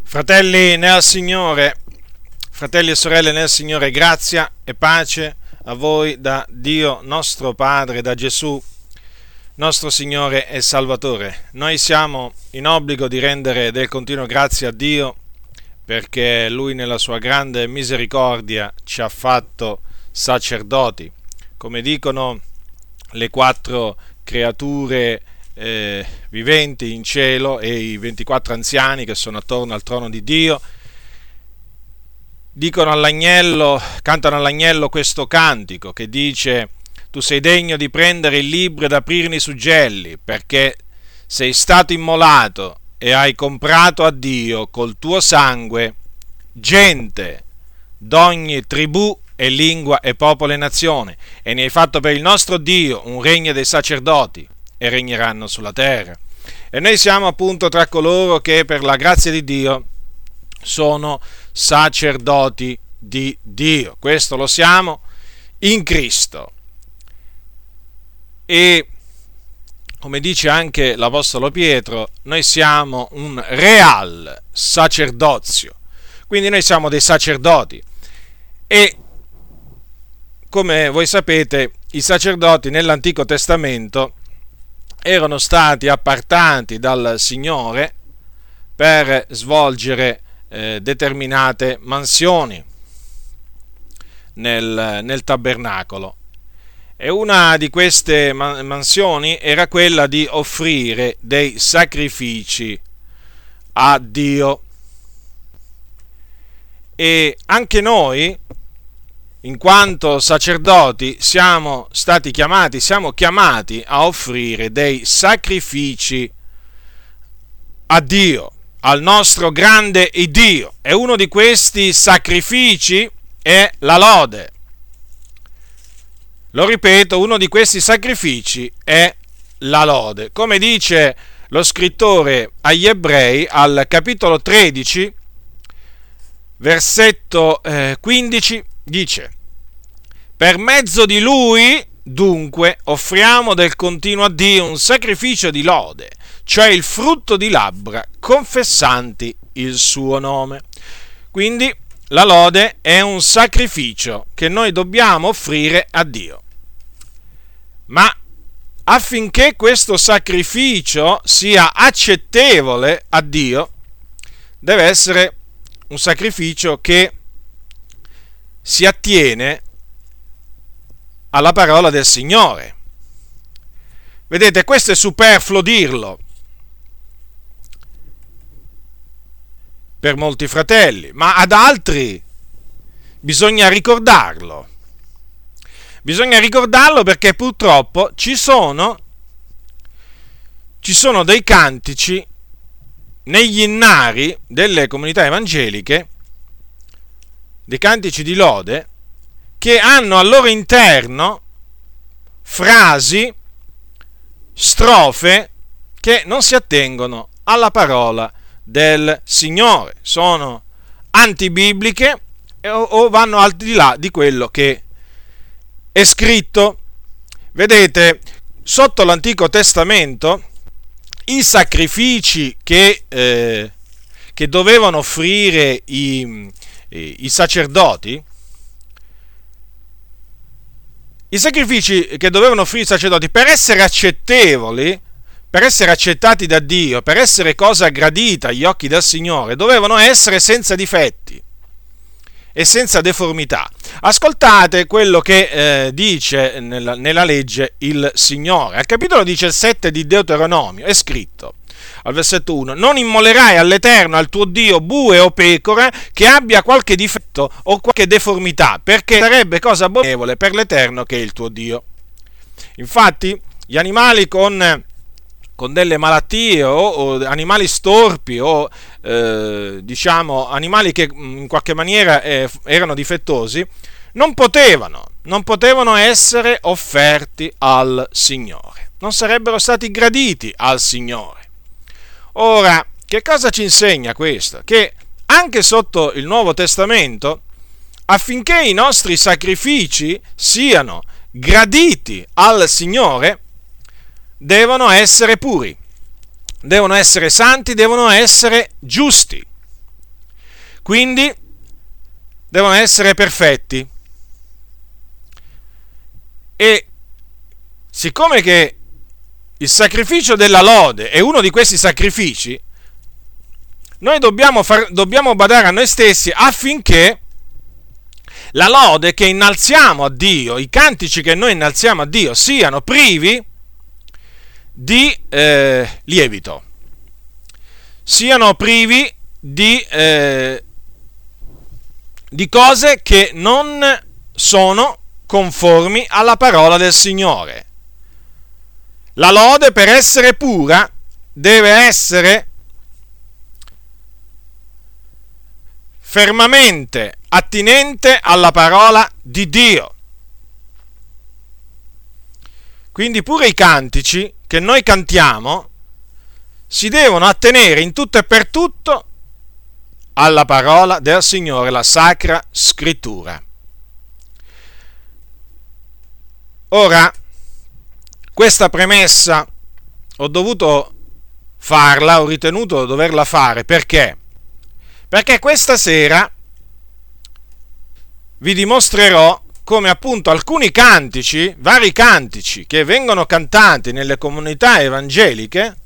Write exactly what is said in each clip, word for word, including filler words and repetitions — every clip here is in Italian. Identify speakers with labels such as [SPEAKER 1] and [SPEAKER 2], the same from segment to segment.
[SPEAKER 1] Fratelli nel Signore, fratelli e sorelle nel Signore, grazia e pace a voi da Dio nostro Padre, da Gesù nostro Signore e Salvatore. Noi siamo in obbligo di rendere del continuo grazie a Dio perché Lui nella sua grande misericordia ci ha fatto sacerdoti, come dicono le quattro creature Eh, viventi in cielo e i ventiquattro anziani che sono attorno al trono di Dio. Dicono all'agnello, cantano all'agnello questo cantico che dice: tu sei degno di prendere il libro ed aprirne i suggelli, perché sei stato immolato e hai comprato a Dio col tuo sangue gente d'ogni tribù e lingua e popolo e nazione, e ne hai fatto per il nostro Dio un regno dei sacerdoti, e regneranno sulla terra. E noi siamo appunto tra coloro che per la grazia di Dio sono sacerdoti di Dio. Questo lo siamo in Cristo. E come dice anche l'Apostolo Pietro, noi siamo un real sacerdozio. Quindi noi siamo dei sacerdoti. E come voi sapete, i sacerdoti nell'Antico Testamento erano stati appartati dal Signore per svolgere eh, determinate mansioni nel, nel tabernacolo, e una di queste mansioni era quella di offrire dei sacrifici a Dio. E anche noi, in quanto sacerdoti, siamo stati chiamati, siamo chiamati a offrire dei sacrifici a Dio, al nostro grande Iddio. E uno di questi sacrifici è la lode. Lo ripeto, uno di questi sacrifici è la lode. Come dice lo scrittore agli Ebrei al capitolo tredici, versetto eh, quindici, dice: per mezzo di Lui, dunque, offriamo del continuo a Dio un sacrificio di lode, cioè il frutto di labbra confessanti il suo nome. Quindi la lode è un sacrificio che noi dobbiamo offrire a Dio. Ma affinché questo sacrificio sia accettevole a Dio, deve essere un sacrificio che si attiene alla parola del Signore. Vedete, questo è superfluo dirlo per molti fratelli, ma ad altri bisogna ricordarlo. Bisogna ricordarlo perché purtroppo ci sono, ci sono dei cantici negli innari delle comunità evangeliche, dei cantici di lode, che hanno al loro interno frasi, strofe che non si attengono alla parola del Signore, sono antibibliche o, o vanno al di là di quello che è scritto. Vedete, sotto l'Antico Testamento i sacrifici che, eh, che dovevano offrire i, i, i sacerdoti, I sacrifici che dovevano offrire i sacerdoti, per essere accettevoli, per essere accettati da Dio, per essere cosa gradita agli occhi del Signore, dovevano essere senza difetti e senza deformità. Ascoltate quello che eh, dice nella, nella legge il Signore. Al capitolo diciassette di Deuteronomio è scritto, al versetto uno: non immolerai all'Eterno, al tuo Dio, bue o pecore che abbia qualche difetto o qualche deformità, perché sarebbe cosa abominevole per l'Eterno che è il tuo Dio. Infatti gli animali con, con delle malattie o, o animali storpi o eh, diciamo animali che in qualche maniera eh, erano difettosi non potevano, non potevano essere offerti al Signore, non sarebbero stati graditi al Signore. Ora, che cosa ci insegna questo? Che anche sotto il Nuovo Testamento, affinché i nostri sacrifici siano graditi al Signore, devono essere puri, devono essere santi, devono essere giusti. quindi devono essere perfetti. E siccome che il sacrificio della lode è uno di questi sacrifici, noi dobbiamo, far, dobbiamo badare a noi stessi affinché la lode che innalziamo a Dio, i cantici che noi innalziamo a Dio, siano privi di eh, lievito, siano privi di, eh, di cose che non sono conformi alla parola del Signore. La lode, per essere pura, deve essere fermamente attinente alla parola di Dio. Quindi pure i cantici che noi cantiamo si devono attenere in tutto e per tutto alla parola del Signore, la Sacra Scrittura. Ora, questa premessa ho dovuto farla, ho ritenuto di doverla fare, perché? Perché questa sera vi dimostrerò come appunto alcuni cantici, vari cantici che vengono cantati nelle comunità evangeliche,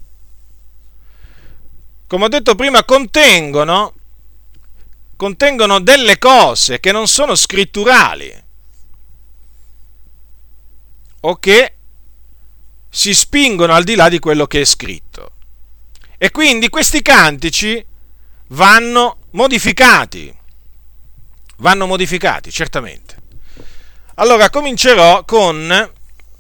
[SPEAKER 1] come ho detto prima, contengono, contengono delle cose che non sono scritturali o che si spingono al di là di quello che è scritto. E quindi questi cantici vanno modificati, vanno modificati, certamente. Allora comincerò con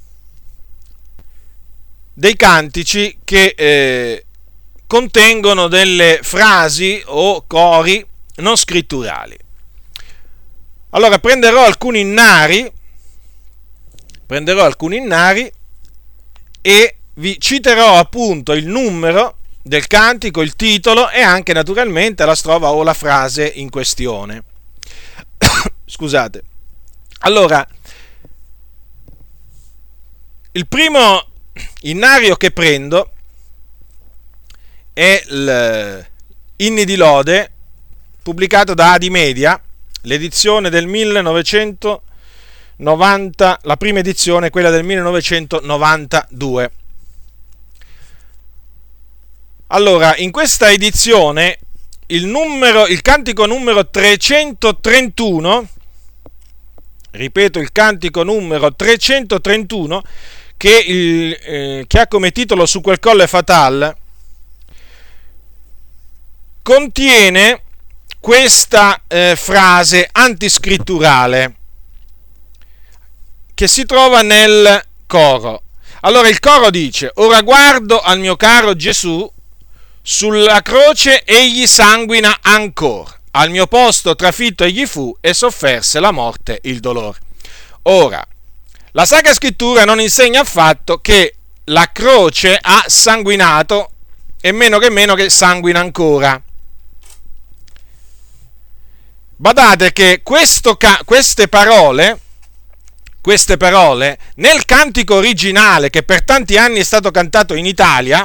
[SPEAKER 1] dei cantici che eh, contengono delle frasi o cori non scritturali. Allora prenderò alcuni innari, prenderò alcuni innari e vi citerò appunto il numero del cantico, il titolo e anche naturalmente la strofa o la frase in questione. Scusate. Allora, il primo innario che prendo è l'Inni di Lode, pubblicato da Adi Media, l'edizione del millenovecentonovanta, la prima edizione, quella del millenovecentonovantadue. Allora, in questa edizione il numero, il cantico numero trecentotrentuno, ripeto, il cantico numero trecentotrentuno, che, il, eh, che ha come titolo Su quel colle fatal, contiene questa eh, frase antiscritturale che si trova nel coro. Allora il coro dice: ora guardo al mio caro Gesù, sulla croce egli sanguina ancora, al mio posto trafitto egli fu e sofferse la morte il dolore. Ora, la Sacra Scrittura non insegna affatto che la croce ha sanguinato e meno che meno che sanguina ancora. Badate che questo, queste parole, queste parole, nel cantico originale che per tanti anni è stato cantato in Italia,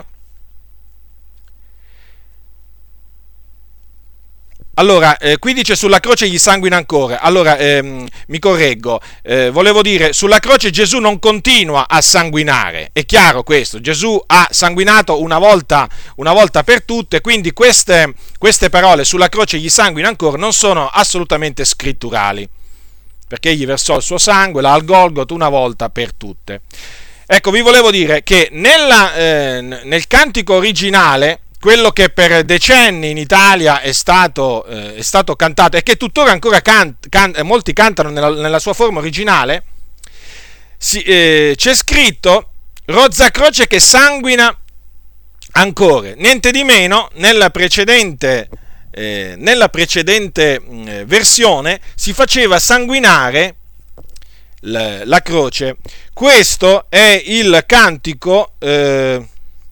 [SPEAKER 1] allora, eh, qui dice sulla croce gli sanguina ancora, allora ehm, mi correggo, eh, volevo dire sulla croce Gesù non continua a sanguinare, è chiaro questo, Gesù ha sanguinato una volta, una volta per tutte, quindi queste, queste parole sulla croce gli sanguina ancora non sono assolutamente scritturali, perché egli versò il suo sangue là al Golgota una volta per tutte. Ecco, vi volevo dire che nella, eh, nel cantico originale, quello che per decenni in Italia è stato, eh, è stato cantato e che tuttora ancora can, can, molti cantano nella, nella sua forma originale, si, eh, c'è scritto rozza croce che sanguina ancora, niente di meno. Nella precedente, eh, nella precedente mh, versione si faceva sanguinare la, la croce. Questo è il cantico eh,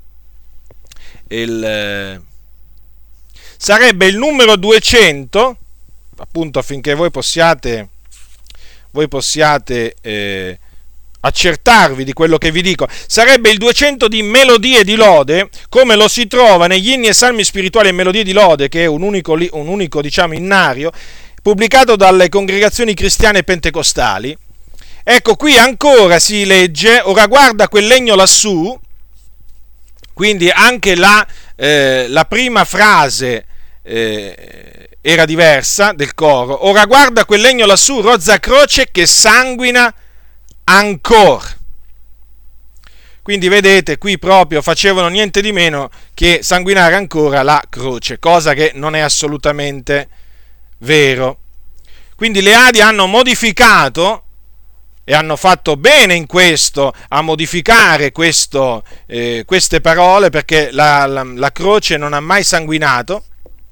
[SPEAKER 1] Il, sarebbe il numero duecento, appunto, affinché voi possiate voi possiate eh, accertarvi di quello che vi dico. Sarebbe il duecento di melodie di lode, come lo si trova negli inni e salmi spirituali e melodie di lode, che è un unico, un unico diciamo, innario, pubblicato dalle congregazioni cristiane pentecostali. Ecco, qui ancora si legge: ora guarda quel legno lassù. Quindi anche la, eh, la prima frase eh, era diversa del coro. Ora guarda quel legno lassù, rozza croce che sanguina ancora. Quindi vedete, qui proprio facevano niente di meno che sanguinare ancora la croce, cosa che non è assolutamente vero. Quindi le Adi hanno modificato, e hanno fatto bene in questo, a modificare questo, eh, queste parole, perché la, la, la croce non ha mai sanguinato,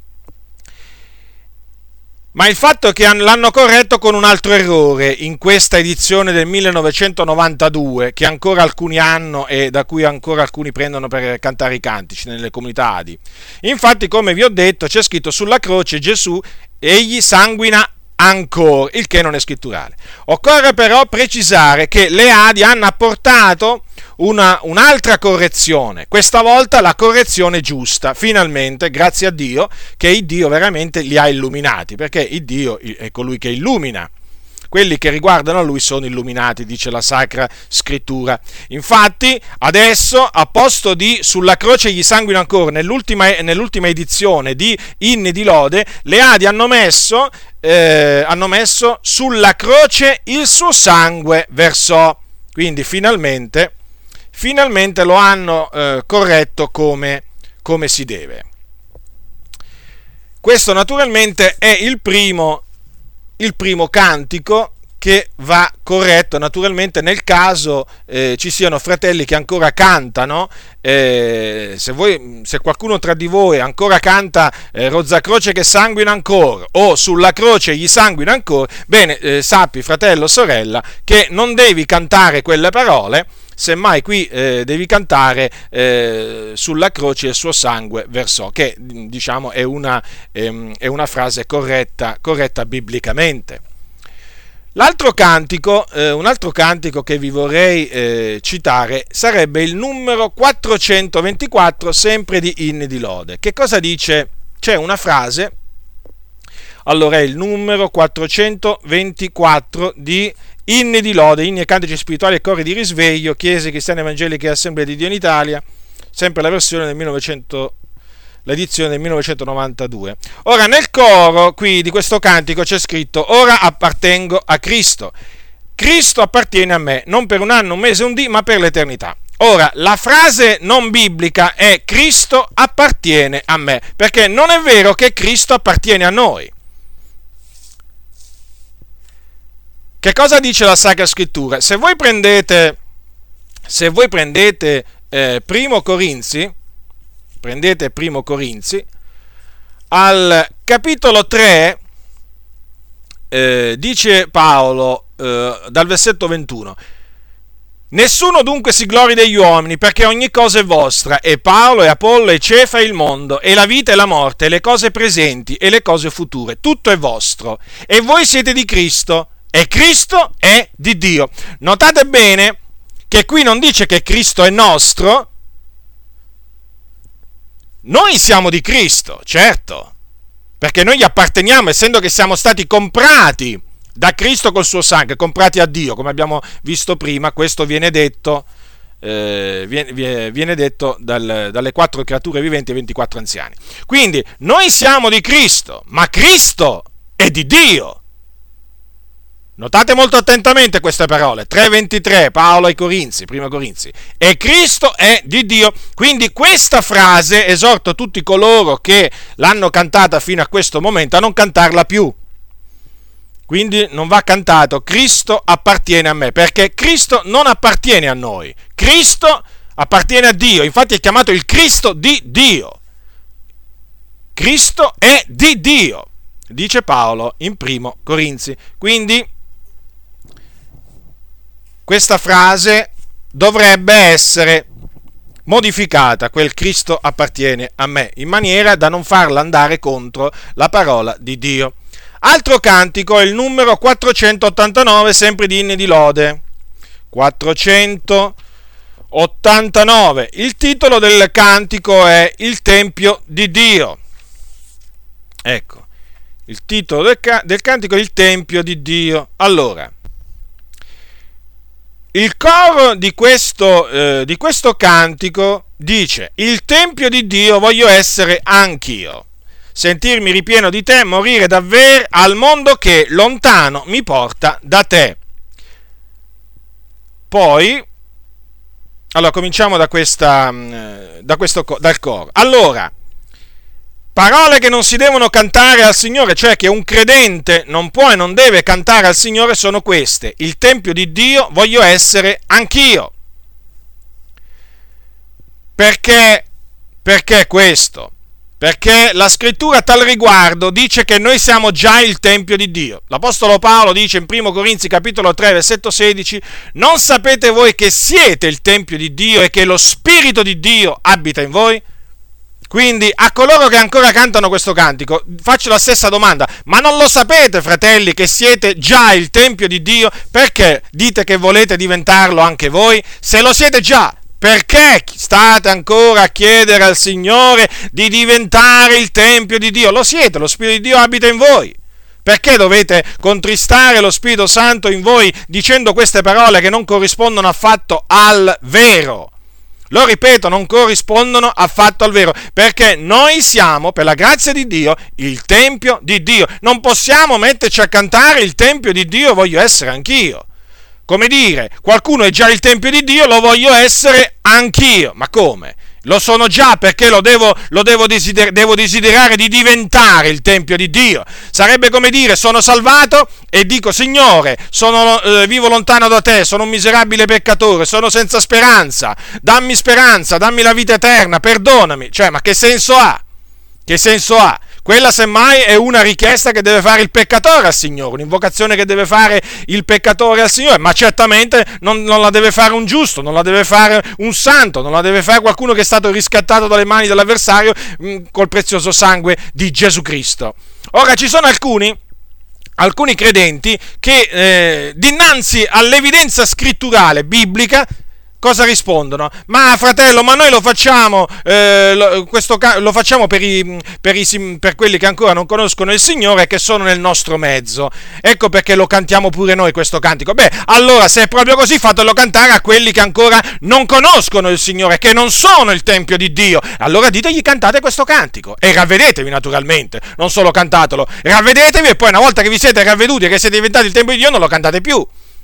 [SPEAKER 1] ma il fatto è che l'hanno corretto con un altro errore in questa edizione del millenovecentonovantadue, che ancora alcuni hanno e da cui ancora alcuni prendono per cantare i cantici nelle comunità Adi. Infatti, come vi ho detto, c'è scritto sulla croce Gesù, egli sanguina ancora, il che non è scritturale. Occorre però precisare che le Adi hanno apportato una, un'altra correzione, questa volta la correzione giusta, finalmente, grazie a Dio, che il Dio veramente li ha illuminati, perché il Dio è colui che illumina. Quelli che riguardano a lui sono illuminati, dice la Sacra Scrittura. Infatti, adesso, a posto di sulla croce gli sanguina ancora, nell'ultima, nell'ultima edizione di Inni di Lode, le Adi hanno messo, eh, hanno messo sulla croce il suo sangue versò. Quindi, finalmente, finalmente lo hanno eh, corretto come, come si deve. Questo, naturalmente, è il primo il primo cantico che va corretto, naturalmente nel caso eh, ci siano fratelli che ancora cantano. Eh, se, voi, se qualcuno tra di voi ancora canta eh, rozza croce che sanguina ancora, o sulla croce gli sanguina ancora, bene, eh, sappi, fratello o sorella, che non devi cantare quelle parole, semmai qui eh, devi cantare eh, sulla croce il suo sangue versò, che diciamo è una, ehm, è una frase corretta, corretta biblicamente. L'altro cantico, eh, un altro cantico che vi vorrei eh, citare sarebbe il numero quattrocentoventiquattro, sempre di Inni di Lode. Che cosa dice? C'è una frase, allora è il numero quattrocentoventiquattro di Inni di Lode, inni e cantici spirituali e cori di risveglio, chiese cristiane evangeliche e assemblee di Dio in Italia, sempre la versione del millenovecento, l'edizione del millenovecentonovantadue. Ora, nel coro qui di questo cantico c'è scritto: ora appartengo a Cristo, Cristo appartiene a me, non per un anno, un mese, un dì, ma per l'eternità. Ora, la frase non biblica è Cristo appartiene a me, perché non è vero che Cristo appartiene a noi. Che cosa dice la Sacra Scrittura? Se voi prendete, se voi prendete eh, Primo Corinzi, prendete Primo Corinzi, al capitolo tre, eh, dice Paolo, eh, dal versetto ventuno: nessuno dunque si glori degli uomini, perché ogni cosa è vostra, e Paolo, e Apollo, e Cefa, e il mondo, e la vita e la morte, e le cose presenti, e le cose future, tutto è vostro, e voi siete di Cristo, e Cristo è di Dio. Notate bene che qui non dice che Cristo è nostro. Noi siamo di Cristo, certo, perché noi gli apparteniamo, essendo che siamo stati comprati da Cristo col suo sangue, comprati a Dio, come abbiamo visto prima. Questo viene detto, eh, viene, viene detto dal, dalle quattro creature viventi e ventiquattro anziani. Quindi noi siamo di Cristo, ma Cristo è di Dio. Notate molto attentamente queste parole, tre ventitré, Paolo ai Corinzi, prima Corinzi, e Cristo è di Dio. Quindi questa frase esorto tutti coloro che l'hanno cantata fino a questo momento a non cantarla più. Quindi non va cantato Cristo appartiene a me, perché Cristo non appartiene a noi, Cristo appartiene a Dio, infatti è chiamato il Cristo di Dio. Cristo è di Dio, dice Paolo in primo Corinzi. Quindi questa frase dovrebbe essere modificata, quel Cristo appartiene a me, in maniera da non farla andare contro la parola di Dio. Altro cantico è il numero quattrocentottantanove, sempre di Inni di Lode. quattrocentottantanove. Il titolo del cantico è Il Tempio di Dio. Ecco, il titolo del, ca- del cantico è Il Tempio di Dio. Allora, il coro di questo, eh, di questo cantico dice: il Tempio di Dio voglio essere anch'io, sentirmi ripieno di te, morire davvero al mondo che lontano mi porta da te. Poi, allora cominciamo da questa, da questo, dal coro. Allora, parole che non si devono cantare al Signore, cioè che un credente non può e non deve cantare al Signore, sono queste: il Tempio di Dio voglio essere anch'io. Perché? Perché questo? Perché la scrittura a tal riguardo dice che noi siamo già il Tempio di Dio. L'Apostolo Paolo dice in primo Corinzi capitolo tre versetto sedici: non sapete voi che siete il Tempio di Dio e che lo Spirito di Dio abita in voi? Quindi a coloro che ancora cantano questo cantico faccio la stessa domanda: ma non lo sapete, fratelli, che siete già il Tempio di Dio? Perché dite che volete diventarlo anche voi? Se lo siete già, perché state ancora a chiedere al Signore di diventare il Tempio di Dio? Lo siete, lo Spirito di Dio abita in voi. Perché dovete contristare lo Spirito Santo in voi dicendo queste parole che non corrispondono affatto al vero? Lo ripeto, non corrispondono affatto al vero, perché noi siamo, per la grazia di Dio, il Tempio di Dio. Non possiamo metterci a cantare il Tempio di Dio voglio essere anch'io. Come dire, qualcuno è già il Tempio di Dio, lo voglio essere anch'io. Ma come? Lo sono già, perché lo devo, lo devo, desider- devo desiderare di diventare il Tempio di Dio. Sarebbe come dire: sono salvato e dico: Signore, sono, eh, vivo lontano da te, sono un miserabile peccatore, sono senza speranza, dammi speranza, dammi la vita eterna, perdonami. Cioè, ma che senso ha? Che senso ha? Quella semmai è una richiesta che deve fare il peccatore al Signore, un'invocazione che deve fare il peccatore al Signore, ma certamente non, non la deve fare un giusto, non la deve fare un santo, non la deve fare qualcuno che è stato riscattato dalle mani dell'avversario mh, col prezioso sangue di Gesù Cristo. Ora, ci sono alcuni alcuni credenti che eh, dinanzi all'evidenza scritturale biblica cosa rispondono? Ma fratello, ma noi lo facciamo, eh, lo, questo, lo facciamo per, i, per, i, per quelli che ancora non conoscono il Signore e che sono nel nostro mezzo. Ecco perché lo cantiamo pure noi questo cantico. Beh, allora se è proprio così, fatelo cantare a quelli che ancora non conoscono il Signore, che non sono il Tempio di Dio. Allora ditegli: cantate questo cantico e ravvedetevi, naturalmente, non solo cantatelo, ravvedetevi, e poi una volta che vi siete ravveduti e che siete diventati il Tempio di Dio non lo cantate più.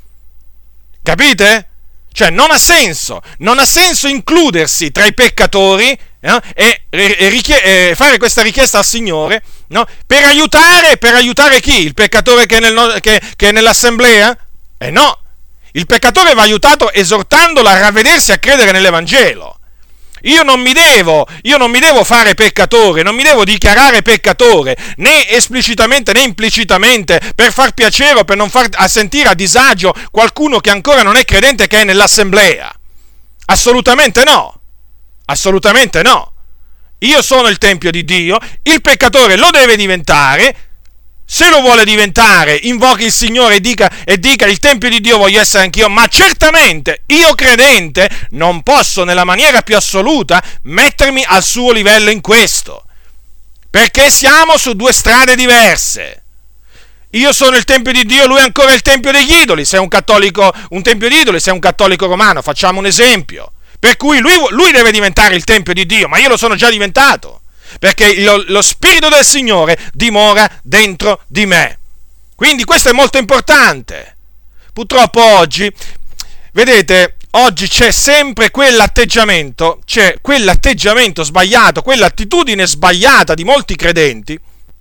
[SPEAKER 1] Capite? Cioè non ha senso, non ha senso includersi tra i peccatori eh, e, e, richie- e fare questa richiesta al Signore, no? Per aiutare, per aiutare chi? Il peccatore che è, nel, che, che è nell'assemblea? Eh no, il peccatore va aiutato esortandolo a ravvedersi e a credere nell'Evangelo. Io non mi devo, io non mi devo fare peccatore, non mi devo dichiarare peccatore, né esplicitamente né implicitamente, per far piacere o per non far sentire a disagio qualcuno che ancora non è credente, che è nell'assemblea. Assolutamente no, assolutamente no. Io sono il Tempio di Dio, il peccatore lo deve diventare. Se lo vuole diventare, invochi il Signore e dica, e dica: il Tempio di Dio voglio essere anch'io. Ma certamente io credente non posso nella maniera più assoluta mettermi al suo livello in questo, perché siamo su due strade diverse. Io sono il Tempio di Dio, lui è ancora il Tempio degli idoli. Se è un cattolico, un Tempio di idoli, se è un cattolico romano, facciamo un esempio. Per cui lui, lui deve diventare il Tempio di Dio, ma io lo sono già diventato, perché lo, lo Spirito del Signore dimora dentro di me. Quindi questo è molto importante. Purtroppo oggi, vedete, oggi c'è sempre quell'atteggiamento, c'è quell'atteggiamento sbagliato, quell'attitudine sbagliata di molti credenti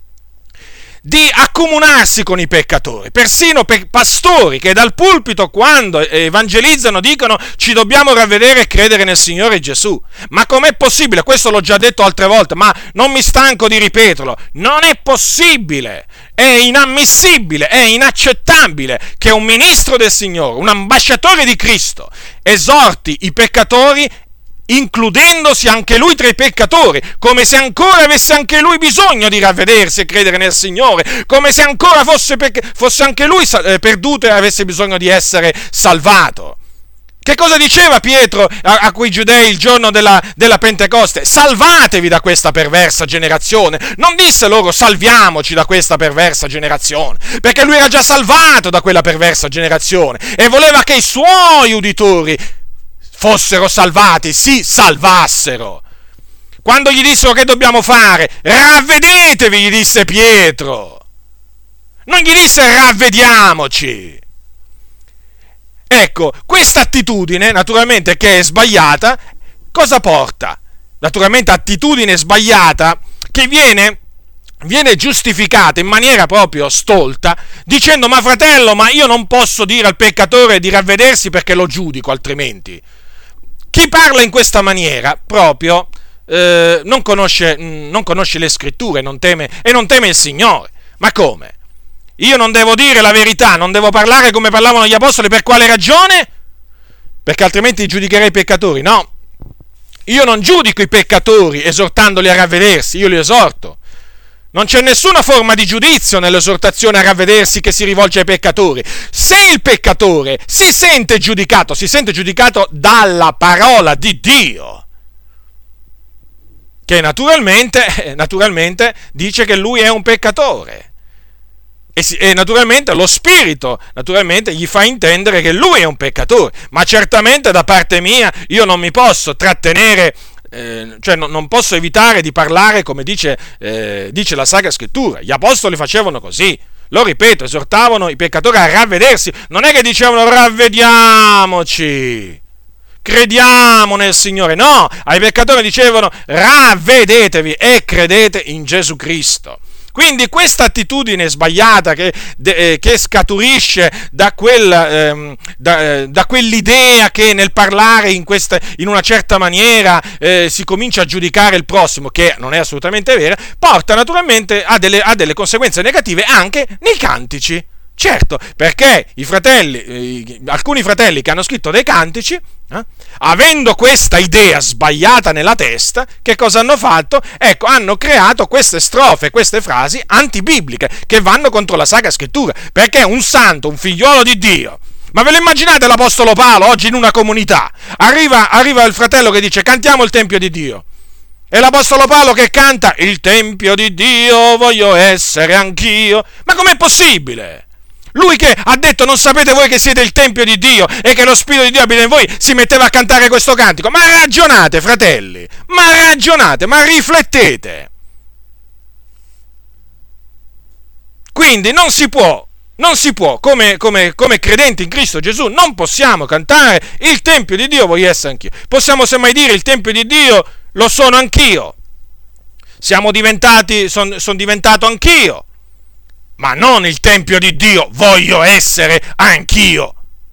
[SPEAKER 1] di accomunarsi con i peccatori, persino per pastori che dal pulpito, quando evangelizzano, dicono: ci dobbiamo ravvedere e credere nel Signore Gesù. Ma com'è possibile? Questo l'ho già detto altre volte, ma non mi stanco di ripeterlo. Non è possibile, è inammissibile, è inaccettabile che un ministro del Signore, un ambasciatore di Cristo, esorti i peccatori includendosi anche lui tra i peccatori, come se ancora avesse anche lui bisogno di ravvedersi e credere nel Signore, come se ancora fosse, pe- fosse anche lui eh, perduto e avesse bisogno di essere salvato. Che cosa diceva Pietro a, a quei giudei il giorno della, della Pentecoste? Salvatevi da questa perversa generazione. Non disse loro salviamoci da questa perversa generazione, perché lui era già salvato da quella perversa generazione e voleva che i suoi uditori fossero salvati, si salvassero. Quando gli dissero che dobbiamo fare, ravvedetevi, gli disse Pietro. Non gli disse ravvediamoci. Ecco, questa attitudine, naturalmente, che è sbagliata, cosa porta? Naturalmente attitudine sbagliata che viene, viene giustificata in maniera proprio stolta, dicendo: ma fratello, ma io non posso dire al peccatore di ravvedersi perché lo giudico altrimenti. Chi parla in questa maniera proprio eh, non conosce, non conosce le scritture non teme, e non teme il Signore. Ma come? Io non devo dire la verità, non devo parlare come parlavano gli apostoli, per quale ragione? Perché altrimenti giudicherei i peccatori. No, io non giudico i peccatori esortandoli a ravvedersi, io li esorto. Non c'è nessuna forma di giudizio nell'esortazione a ravvedersi che si rivolge ai peccatori. Se il peccatore si sente giudicato, si sente giudicato dalla parola di Dio, che naturalmente, naturalmente dice che lui è un peccatore. E, si, e naturalmente lo Spirito naturalmente gli fa intendere che lui è un peccatore, ma certamente da parte mia io non mi posso trattenere, eh, cioè no, non posso evitare di parlare come dice, eh, dice la Sacra Scrittura. Gli apostoli facevano così, lo ripeto, esortavano i peccatori a ravvedersi, non è che dicevano ravvediamoci, crediamo nel Signore, no, ai peccatori dicevano ravvedetevi e credete in Gesù Cristo. Quindi questa attitudine sbagliata che, de, che scaturisce da, quel, ehm, da, eh, da quell'idea che nel parlare in, questa, in una certa maniera eh, si comincia a giudicare il prossimo, che non è assolutamente vera, porta naturalmente a delle, a delle conseguenze negative anche nei cantici. Certo, perché i fratelli, eh, alcuni fratelli che hanno scritto dei cantici, eh, avendo questa idea sbagliata nella testa, che cosa hanno fatto? Ecco, hanno creato queste strofe, queste frasi antibibliche, che vanno contro la Sacra Scrittura, perché un santo, un figliolo di Dio, ma ve lo immaginate l'Apostolo Paolo oggi in una comunità? Arriva, arriva il fratello che dice: cantiamo il Tempio di Dio. E l'Apostolo Paolo che canta: il Tempio di Dio voglio essere anch'io. Ma com'è possibile? Lui che ha detto: non sapete voi che siete il Tempio di Dio e che lo Spirito di Dio abita in voi, si metteva a cantare questo cantico. Ma ragionate, fratelli, ma ragionate, ma riflettete. Quindi non si può, non si può, come, come, come credenti in Cristo Gesù, non possiamo cantare il Tempio di Dio voglio essere anch'io. Possiamo semmai dire: il Tempio di Dio lo sono anch'io. Siamo diventati, sono son diventato anch'io. Ma non il Tempio di Dio voglio essere anch'io.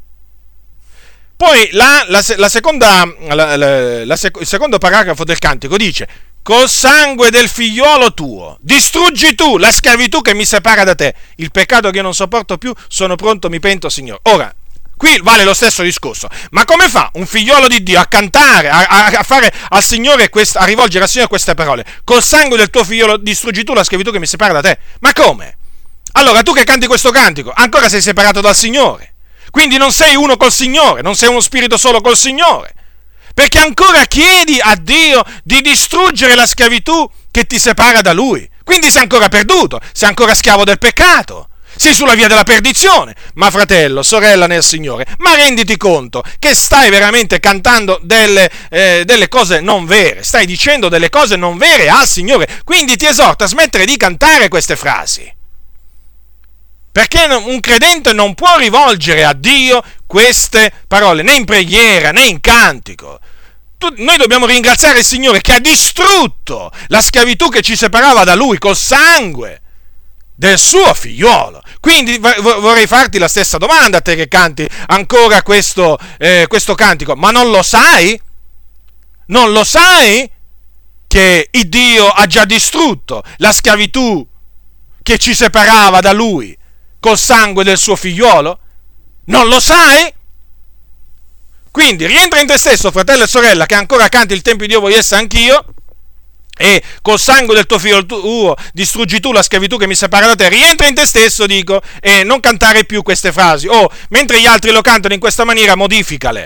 [SPEAKER 1] Poi la, la, la seconda, la, la, la sec- il secondo paragrafo del cantico dice: col sangue del figliuolo tuo distruggi tu la schiavitù che mi separa da te, il peccato che io non sopporto più, sono pronto, mi pento, Signore. Ora, qui vale lo stesso discorso. Ma come fa un figliolo di Dio a cantare, a, a, a fare al Signore, quest, a rivolgere al Signore queste parole? Col sangue del tuo figliolo distruggi tu la schiavitù che mi separa da te. Ma come? Allora tu che canti questo cantico ancora sei separato dal Signore, quindi non sei uno col Signore, non sei uno spirito solo col Signore, perché ancora chiedi a Dio di distruggere la schiavitù che ti separa da Lui, quindi sei ancora perduto, sei ancora schiavo del peccato, sei sulla via della perdizione. Ma fratello, sorella nel Signore, ma renditi conto che stai veramente cantando delle, eh, delle cose non vere, stai dicendo delle cose non vere al Signore, quindi ti esorto a smettere di cantare queste frasi. Perché un credente non può rivolgere a Dio queste parole, né in preghiera, né in cantico. Noi dobbiamo ringraziare il Signore che ha distrutto la schiavitù che ci separava da Lui col sangue del suo figliolo. Quindi vorrei farti la stessa domanda a te che canti ancora questo, eh, questo cantico. Ma non lo sai? Non lo sai che il Dio ha già distrutto la schiavitù che ci separava da Lui col sangue del suo figliolo? Non lo sai? Quindi rientra in te stesso, fratello e sorella, che ancora canti il Tempio di Dio voglio essere anch'io, e col sangue del tuo figlio tuo distruggi tu la schiavitù che mi separa da te. Rientra in te stesso, dico, e non cantare più queste frasi, o mentre gli altri lo cantano in questa maniera, modificale,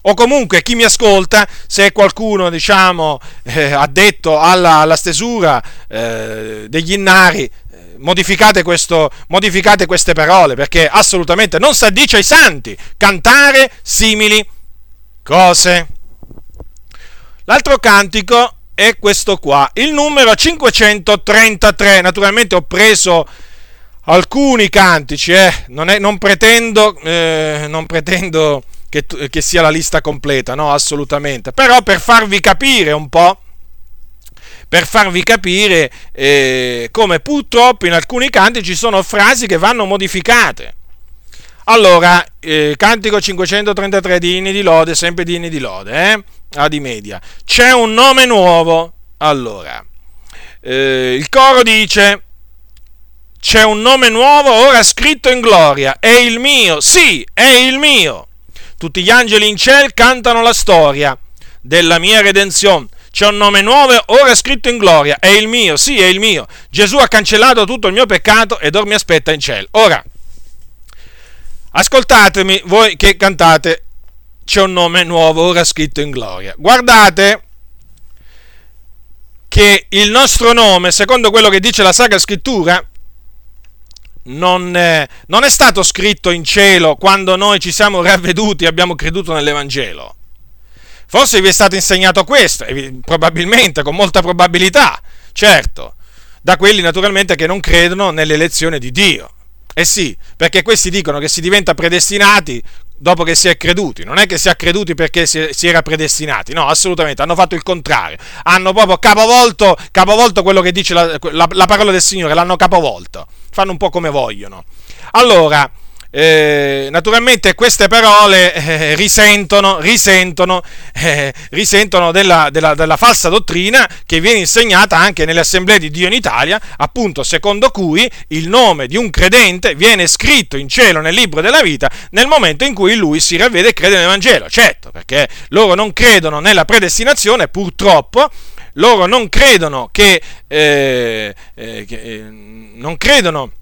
[SPEAKER 1] o comunque chi mi ascolta, se è qualcuno, diciamo, eh, addetto alla, alla stesura eh, degli innari, eh, modificate, questo, modificate queste parole, perché assolutamente non s'addice ai santi cantare simili cose. L'altro cantico è questo qua, il numero cinquecentotrentatré. Naturalmente ho preso alcuni cantici, eh, non, è, non pretendo, eh, non pretendo che, che sia la lista completa, no, assolutamente, però per farvi capire un po', per farvi capire eh, come purtroppo in alcuni cantici ci sono frasi che vanno modificate. Allora, eh, cantico cinquecentotrentatré di inni di lode, sempre di inni di lode, eh, ad Media. C'è un nome nuovo. Allora, eh, il coro dice: c'è un nome nuovo ora scritto in gloria, è il mio, sì, è il mio. Tutti gli angeli in ciel cantano la storia della mia redenzione. C'è un nome nuovo ora scritto in gloria, è il mio, sì, è il mio. Gesù ha cancellato tutto il mio peccato ed ora mi aspetta in cielo. Ora, ascoltatemi voi che cantate c'è un nome nuovo ora scritto in gloria. Guardate che il nostro nome, secondo quello che dice la Sacra Scrittura, non è, non è stato scritto in cielo quando noi ci siamo ravveduti e abbiamo creduto nell'Evangelo. Forse vi è stato insegnato questo, probabilmente, con molta probabilità, certo, da quelli naturalmente che non credono nell'elezione di Dio. Eh sì, perché questi dicono che si diventa predestinati dopo che si è creduti, non è che si è creduti perché si, si era predestinati, no, assolutamente, hanno fatto il contrario, hanno proprio capovolto, capovolto quello che dice la, la, la parola del Signore, l'hanno capovolto, fanno un po' come vogliono. Allora, eh, naturalmente queste parole eh, risentono, risentono, eh, risentono della, della, della falsa dottrina che viene insegnata anche nelle assemblee di Dio in Italia, appunto secondo cui il nome di un credente viene scritto in cielo nel libro della vita nel momento in cui lui si ravvede e crede nell'Evangelo. Certo, perché loro non credono nella predestinazione, purtroppo. Loro non credono che, eh, eh, che eh, non credono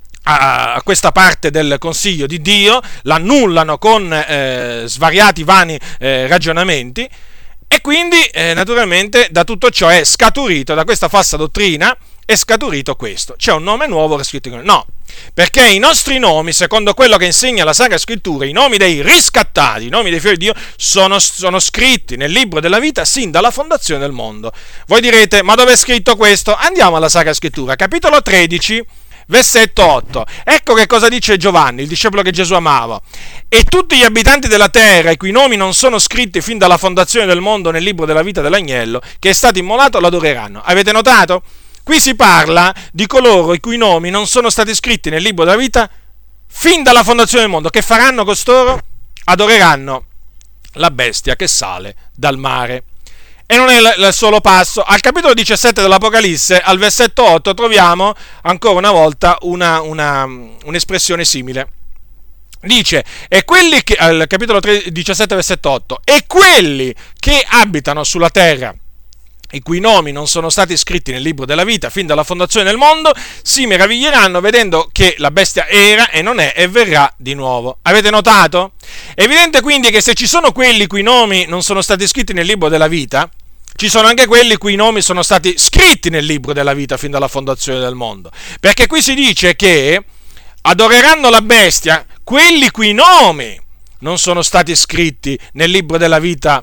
[SPEAKER 1] a questa parte del consiglio di Dio, l'annullano con eh, svariati vani eh, ragionamenti, e quindi eh, naturalmente da tutto ciò è scaturito, da questa falsa dottrina è scaturito questo: c'è un nome nuovo scritto in gloria. No, perché i nostri nomi, secondo quello che insegna la Sacra Scrittura, i nomi dei riscattati, i nomi dei figli di Dio, sono, sono scritti nel libro della vita sin dalla fondazione del mondo. Voi direte: ma dove è scritto questo? Andiamo alla Sacra Scrittura, capitolo tredici, versetto otto. Ecco che cosa dice Giovanni, il discepolo che Gesù amava: e tutti gli abitanti della terra, i cui nomi non sono scritti fin dalla fondazione del mondo nel libro della vita dell'agnello che è stato immolato, l'adoreranno. Avete notato? Qui si parla di coloro i cui nomi non sono stati scritti nel libro della vita fin dalla fondazione del mondo. Che faranno costoro? Adoreranno la bestia che sale dal mare. E non è il solo passo. Al capitolo diciassette dell'Apocalisse, al versetto otto, troviamo ancora una volta una, una, un'espressione simile. Dice: e quelli che, al capitolo diciassette, versetto otto, e quelli che abitano sulla terra, i cui nomi non sono stati scritti nel libro della vita fin dalla fondazione del mondo, si meraviglieranno vedendo che la bestia era e non è e verrà di nuovo. Avete notato? È evidente quindi che se ci sono quelli cui nomi non sono stati scritti nel libro della vita, ci sono anche quelli cui nomi sono stati scritti nel libro della vita fin dalla fondazione del mondo. Perché qui si dice che adoreranno la bestia quelli cui nomi non sono stati scritti nel libro della vita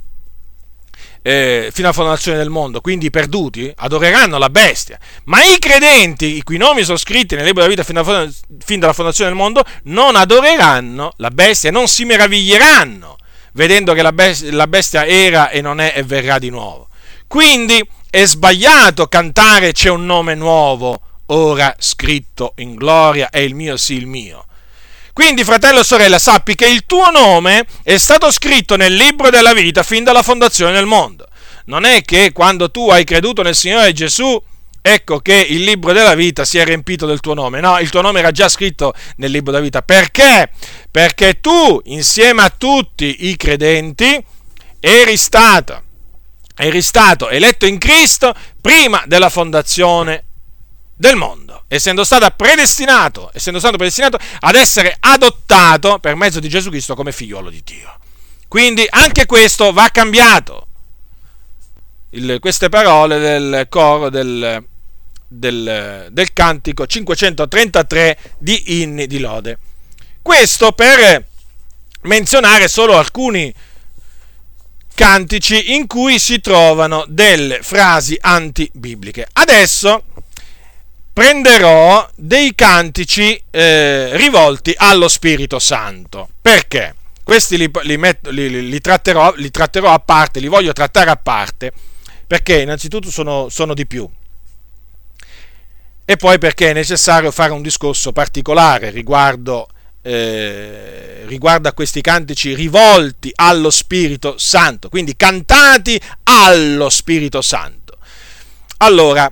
[SPEAKER 1] Eh, fino alla fondazione del mondo, quindi i perduti adoreranno la bestia, ma i credenti, i cui nomi sono scritti nel libro della vita fino, alla, fin dalla fondazione del mondo, non adoreranno la bestia, non si meraviglieranno vedendo che la bestia, la bestia era e non è e verrà di nuovo. Quindi è sbagliato cantare c'è un nome nuovo ora scritto in gloria, è il mio, sì, il mio. Quindi, fratello e sorella, sappi che il tuo nome è stato scritto nel libro della vita fin dalla fondazione del mondo. Non è che quando tu hai creduto nel Signore Gesù, ecco che il libro della vita si è riempito del tuo nome. No, il tuo nome era già scritto nel libro della vita. Perché? Perché tu, insieme a tutti i credenti, eri stato, eri stato eletto in Cristo prima della fondazione del mondo, essendo stato predestinato, essendo stato predestinato ad essere adottato per mezzo di Gesù Cristo come figliolo di Dio. Quindi anche questo va cambiato. Il, queste parole del coro del, del, del cantico cinquecentotrentatré di Inni di Lode. Questo per menzionare solo alcuni cantici in cui si trovano delle frasi antibibliche. Adesso prenderò dei cantici eh, rivolti allo Spirito Santo. Perché? Questi li, li, metto, li, li, tratterò, li tratterò a parte, li voglio trattare a parte, perché innanzitutto sono, sono di più, e poi perché è necessario fare un discorso particolare riguardo, eh, riguardo a questi cantici rivolti allo Spirito Santo, quindi cantati allo Spirito Santo. Allora,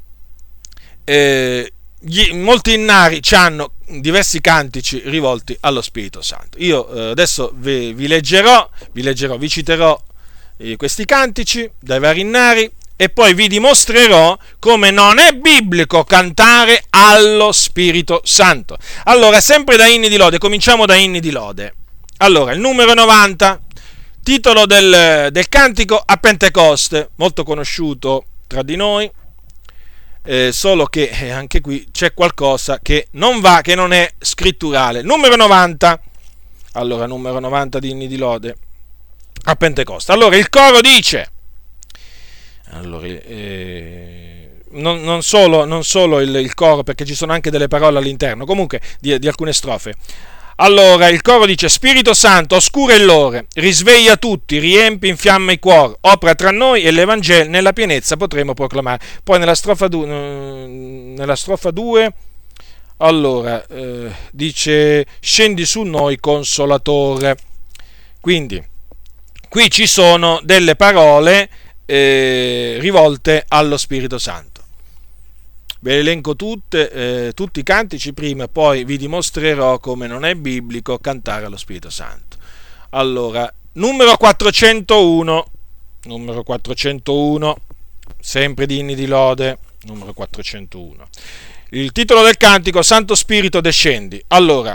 [SPEAKER 1] eh, gli, molti innari hanno diversi cantici rivolti allo Spirito Santo. Io eh, adesso vi, vi leggerò, vi leggerò, vi citerò questi cantici dai vari innari e poi vi dimostrerò come non è biblico cantare allo Spirito Santo. Allora, sempre da Inni di Lode, cominciamo da Inni di Lode. Allora, il numero novanta, titolo del, del cantico a Pentecoste, molto conosciuto tra di noi, eh, solo che eh, anche qui c'è qualcosa che non va, che non è scritturale. Numero novanta, allora, numero novanta di Inni di Lode a Pentecoste. Allora il coro dice, allora, eh, non, non solo, non solo il, il coro, perché ci sono anche delle parole all'interno, comunque di, di alcune strofe. Allora il coro dice: Spirito Santo, oscura il lore, risveglia tutti, riempi in fiamma i cuori, opera tra noi e l'Evangelo nella pienezza potremo proclamare. Poi nella strofa due, nella strofa due allora eh, dice: scendi su noi consolatore. Quindi qui ci sono delle parole eh, rivolte allo Spirito Santo. Ve le elenco tutte, eh, tutti i cantici prima, poi vi dimostrerò come non è biblico cantare allo Spirito Santo. Allora, numero quattrocentouno, numero quattrocentouno, sempre di Inni di Lode, numero quattrocentouno. Il titolo del cantico: Santo Spirito descendi. Allora,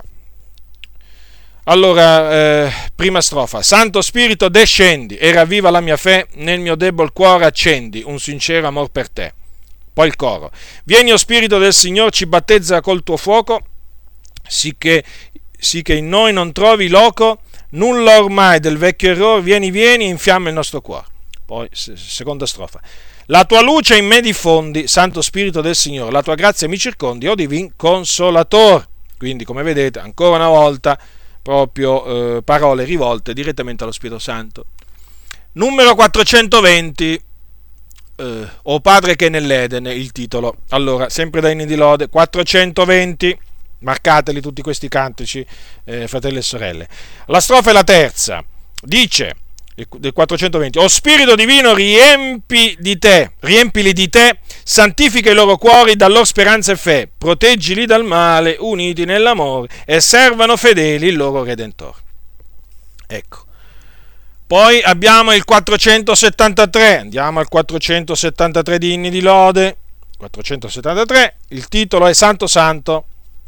[SPEAKER 1] Allora, eh, prima strofa: Santo Spirito descendi e ravviva la mia fe, nel mio debol cuore accendi un sincero amor per te. Poi il coro: vieni, o Spirito del Signore, ci battezza col tuo fuoco, sì che, sì che in noi non trovi loco, nulla ormai del vecchio errore, vieni, vieni, infiamma il nostro cuore. Poi, seconda strofa: la tua luce in me diffondi, Santo Spirito del Signore, la tua grazia mi circondi, o divin consolator. Quindi, come vedete, ancora una volta, proprio eh, parole rivolte direttamente allo Spirito Santo. Numero quattrocentoventi, eh, O Padre che è nell'Eden, il titolo. Allora, sempre da Inni di Lode, quattrocentoventi, marcateli tutti questi cantici, eh, fratelli e sorelle. La strofa è la terza, dice, del quattrocentoventi: O Spirito Divino, riempi di te, riempili di te, santifica i loro cuori, da loro speranza e fe, proteggili dal male, uniti nell'amore, e servano fedeli il loro Redentore. Ecco. Poi abbiamo il quattrocentosettantatré, andiamo al quattrocentosettantatré di Inni di Lode, quattrocentosettantatré, il titolo è Santo Santo.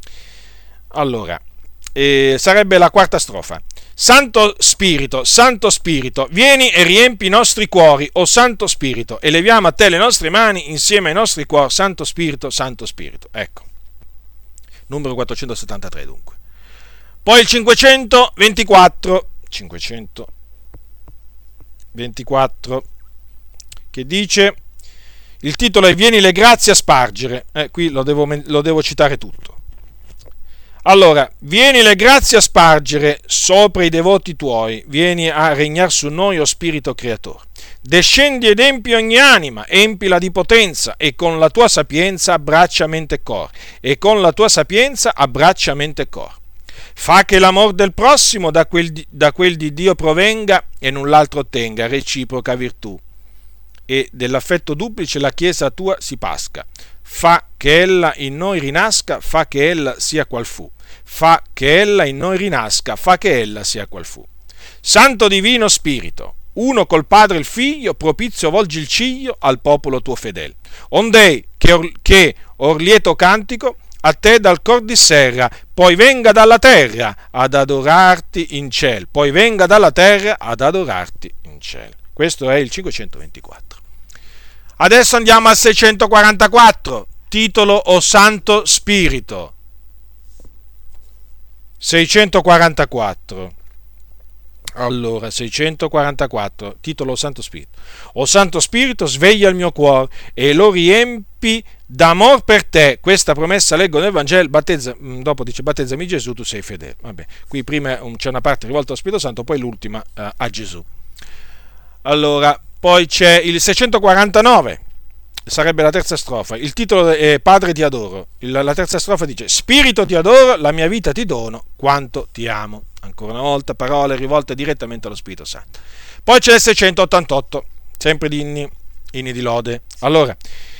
[SPEAKER 1] Allora, eh, sarebbe la quarta strofa. Santo Spirito, Santo Spirito, vieni e riempi i nostri cuori, o Santo Spirito, e leviamo a te le nostre mani insieme ai nostri cuori, Santo Spirito, Santo Spirito. Ecco, numero quattrocentosettantatré dunque. Poi il cinquecentoventiquattro, cinquecentoventiquattro, che dice, il titolo è Vieni le grazie a spargere, eh, qui lo devo, lo devo citare tutto. Allora, vieni le grazie a spargere sopra i devoti tuoi, vieni a regnar su noi, o Spirito Creatore. Descendi ed empi ogni anima, empila di potenza, e con la tua sapienza abbraccia mente e cor, e con la tua sapienza abbraccia mente e cor. Fa che l'amor del prossimo da quel di, da quel di Dio provenga e null'altro ottenga reciproca virtù, e dell'affetto duplice la Chiesa tua si pasca. Fa che ella in noi rinasca, fa che ella sia qual fu. Fa che ella in noi rinasca, fa che ella sia qual fu. Santo Divino Spirito, uno col Padre e il Figlio, propizio volgi il ciglio al popolo tuo fedele. Ond'ei che, or, che or lieto cantico a te dal cor di serra, poi venga dalla terra ad adorarti in ciel, poi venga dalla terra ad adorarti in ciel. Questo è il cinquecentoventiquattro. Adesso andiamo al seicentoquarantaquattro, titolo O Santo Spirito. seicentoquarantaquattro. Allora, seicentoquarantaquattro, titolo O Santo Spirito. O Santo Spirito, sveglia il mio cuore e lo riempi d'amor per te. Questa promessa leggo nel Vangelo, battezza, dopo dice battezzami Gesù, tu sei fedele. Vabbè, qui prima c'è una parte rivolta allo Spirito Santo, poi l'ultima eh, a Gesù. Allora, poi c'è il seicentoquarantanove, sarebbe la terza strofa. Il titolo è Padre ti adoro. Il, la terza strofa dice: Spirito ti adoro, la mia vita ti dono, quanto ti amo. Ancora una volta parole rivolte direttamente allo Spirito Santo. Poi c'è il seicentottantotto, sempre di inni, inni di lode. Allora,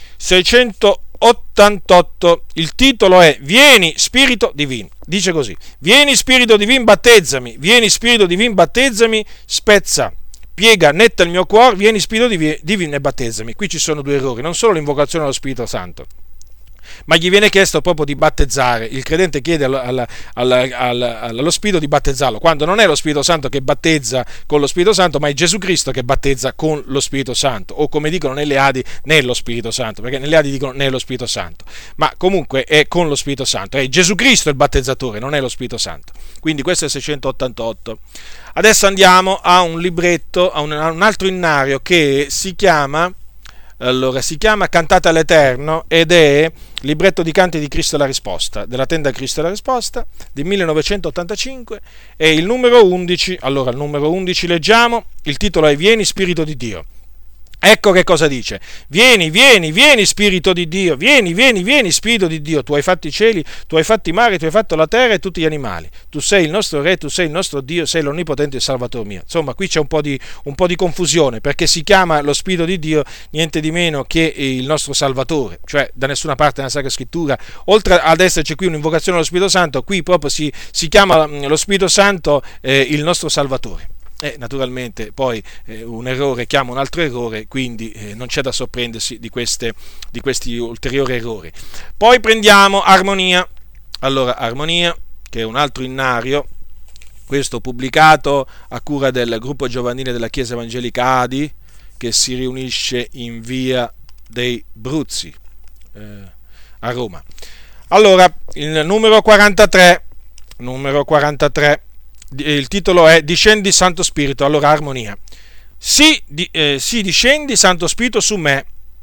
[SPEAKER 1] seicentottantotto, il titolo è Vieni Spirito Divino. Dice così: Vieni Spirito Divino, battezzami. Vieni Spirito Divino, battezzami. Spezza, piega, netta il mio cuore. Vieni Spirito Divino e battezzami. Qui ci sono due errori: non solo l'invocazione allo Spirito Santo, ma gli viene chiesto proprio di battezzare. Il credente chiede al, al, al, al, allo Spirito di battezzarlo, quando non è lo Spirito Santo che battezza con lo Spirito Santo, ma è Gesù Cristo che battezza con lo Spirito Santo, o come dicono nelle Adi, nello Spirito Santo, perché nelle Adi dicono nello Spirito Santo, ma comunque è con lo Spirito Santo, è Gesù Cristo il battezzatore, non è lo Spirito Santo. Quindi questo è il seicentottantotto. Adesso andiamo a un libretto, a un, a un altro innario che si chiama Allora, si chiama Cantate all'Eterno ed è libretto di canti di Cristo la risposta, della tenda Cristo la risposta, del millenovecentottantacinque, e il numero undici. Allora, il numero undici leggiamo, il titolo è Vieni Spirito di Dio. Ecco che cosa dice: Vieni, vieni, vieni Spirito di Dio, vieni, vieni, vieni Spirito di Dio, tu hai fatto i cieli, tu hai fatto i mari, tu hai fatto la terra e tutti gli animali, tu sei il nostro Re, tu sei il nostro Dio, sei l'onnipotente Salvatore mio. Insomma, qui c'è un po' di, un po' di confusione, perché si chiama lo Spirito di Dio niente di meno che il nostro Salvatore, cioè da nessuna parte nella Sacra Scrittura, oltre ad esserci qui un'invocazione allo Spirito Santo, qui proprio si, si chiama lo Spirito Santo eh, il nostro Salvatore. E naturalmente poi eh, un errore chiama un altro errore, quindi eh, non c'è da sorprendersi di, queste, di questi ulteriori errori. Poi prendiamo Armonia. Allora, Armonia, che è un altro innario, questo pubblicato a cura del gruppo giovanile della Chiesa Evangelica Adi, che si riunisce in via dei Bruzzi, eh, a Roma. Allora, il numero quarantatré, numero quarantatré, il titolo è Discendi Santo Spirito. Allora, Armonia. Sì, di, eh, sì, discendi Santo Spirito su me,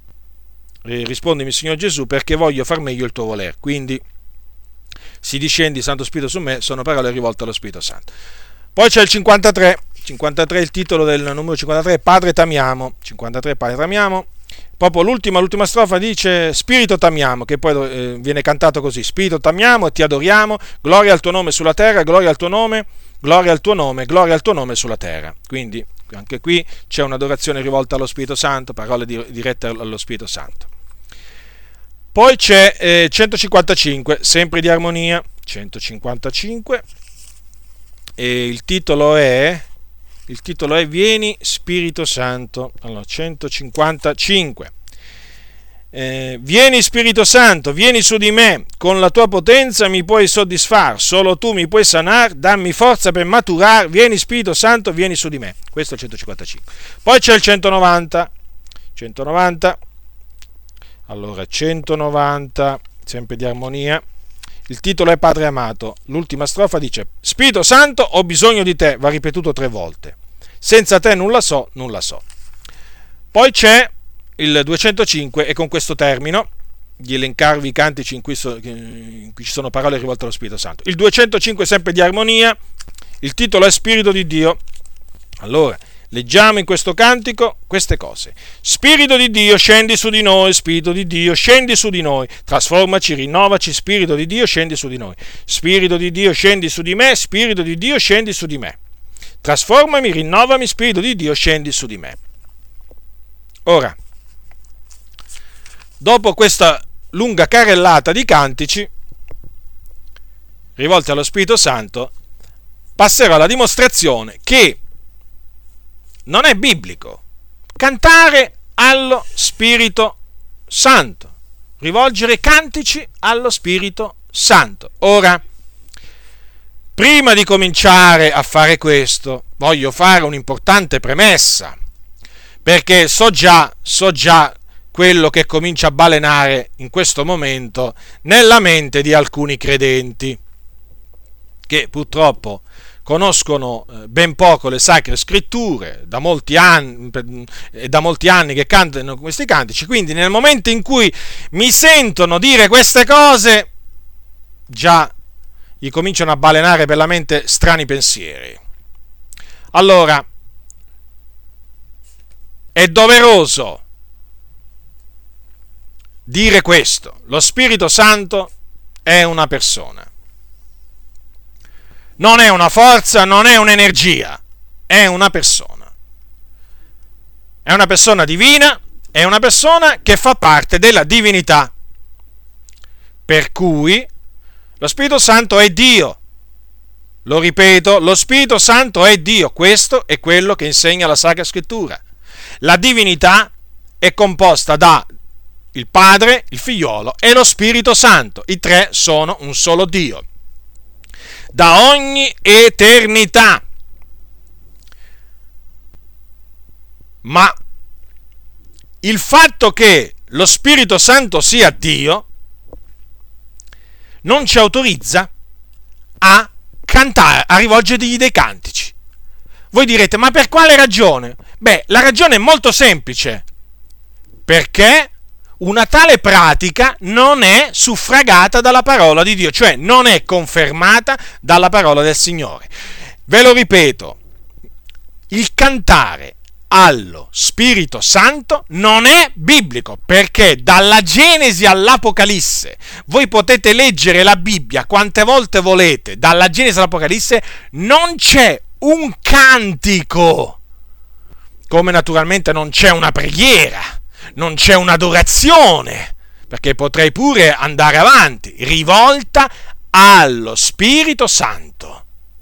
[SPEAKER 1] eh, rispondimi Signor Gesù, perché voglio far meglio il tuo voler. Quindi, sì, discendi Santo Spirito su me, sono parole rivolte allo Spirito Santo. Poi c'è il cinquantatré, cinquantatré, il titolo del numero cinquantatré, Padre t'amiamo. cinquantatré, Padre t'amiamo. Proprio l'ultima, l'ultima strofa dice Spirito t'amiamo, che poi eh, viene cantato così: Spirito t'amiamo e ti adoriamo, gloria al tuo nome sulla terra, gloria al tuo nome, gloria al tuo nome, gloria al tuo nome sulla terra. Quindi anche qui c'è un'adorazione rivolta allo Spirito Santo, parole di, dirette allo Spirito Santo. Poi c'è eh, centocinquantacinque, sempre di Armonia, centocinquantacinque, e il titolo è Il titolo è Vieni Spirito Santo. Allora, centocinquantacinque. Eh, vieni Spirito Santo, vieni su di me, con la tua potenza mi puoi soddisfare, solo tu mi puoi sanare, dammi forza per maturare, vieni Spirito Santo, vieni su di me. Questo è il centocinquantacinque. Poi c'è il centonovanta. centonovanta. Allora, centonovanta, sempre di Armonia. Il titolo è Padre amato. L'ultima strofa dice Spirito Santo, ho bisogno di te, va ripetuto tre volte. Senza te nulla so, nulla so. Poi c'è il duecentocinque, e con questo termino di elencarvi i cantici in cui, so, in cui ci sono parole rivolte allo Spirito Santo. Il duecentocinque, sempre di Armonia, il titolo è Spirito di Dio. Allora, leggiamo in questo cantico queste cose: Spirito di Dio, scendi su di noi, Spirito di Dio, scendi su di noi, trasformaci, rinnovaci, Spirito di Dio, scendi su di noi. Spirito di Dio, scendi su di me, Spirito di Dio, scendi su di me. Trasformami, rinnovami, Spirito di Dio, scendi su di me. Ora, dopo questa lunga carrellata di cantici rivolti allo Spirito Santo, passerò alla dimostrazione che non è biblico cantare allo Spirito Santo, rivolgere cantici allo Spirito Santo. Ora, prima di cominciare a fare questo, voglio fare un'importante premessa, perché so già, so già quello che comincia a balenare in questo momento nella mente di alcuni credenti, che purtroppo conoscono ben poco le sacre scritture, da molti anni, da molti anni che cantano questi cantici, quindi nel momento in cui mi sentono dire queste cose, già gli cominciano a balenare per la mente strani pensieri. Allora, è doveroso dire questo: lo Spirito Santo è una persona. Non è una forza, non è un'energia, è una persona. È una persona divina, è una persona che fa parte della divinità. Per cui lo Spirito Santo è Dio. Lo ripeto, lo Spirito Santo è Dio. Questo è quello che insegna la Sacra Scrittura. La divinità è composta da il Padre, il Figliolo e lo Spirito Santo. I tre sono un solo Dio, da ogni eternità. Ma il fatto che lo Spirito Santo sia Dio non ci autorizza a cantare, a rivolgergli dei cantici. Voi direte, ma per quale ragione? Beh, la ragione è molto semplice: perché una tale pratica non è suffragata dalla parola di Dio, cioè non è confermata dalla parola del Signore. Ve lo ripeto, il cantare allo Spirito Santo non è biblico, perché dalla Genesi all'Apocalisse, voi potete leggere la Bibbia quante volte volete, dalla Genesi all'Apocalisse non c'è un cantico, come naturalmente non c'è una preghiera, non c'è un'adorazione, perché potrei pure andare avanti, rivolta allo Spirito Santo.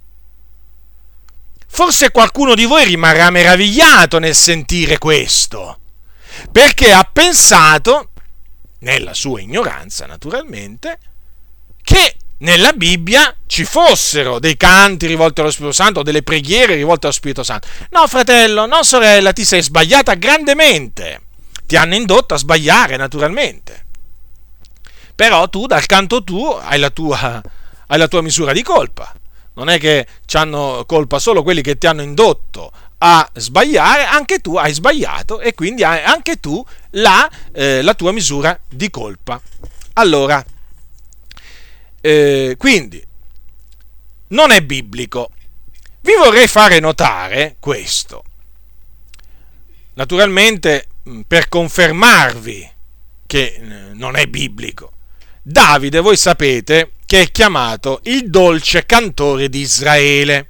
[SPEAKER 1] Forse qualcuno di voi rimarrà meravigliato nel sentire questo, perché ha pensato, nella sua ignoranza naturalmente, che nella Bibbia ci fossero dei canti rivolti allo Spirito Santo o delle preghiere rivolte allo Spirito Santo. No, fratello, no, sorella, ti sei sbagliata grandemente. Ti hanno indotto a sbagliare, naturalmente. Però tu, dal canto tuo, hai la tua, hai la tua misura di colpa. Non è che c'hanno colpa solo quelli che ti hanno indotto a sbagliare, anche tu hai sbagliato e quindi hai anche tu la, eh, la tua misura di colpa. Allora, eh, quindi, non è biblico. Vi vorrei fare notare questo. Naturalmente, per confermarvi che non è biblico, Davide, voi sapete che è chiamato il dolce cantore di Israele,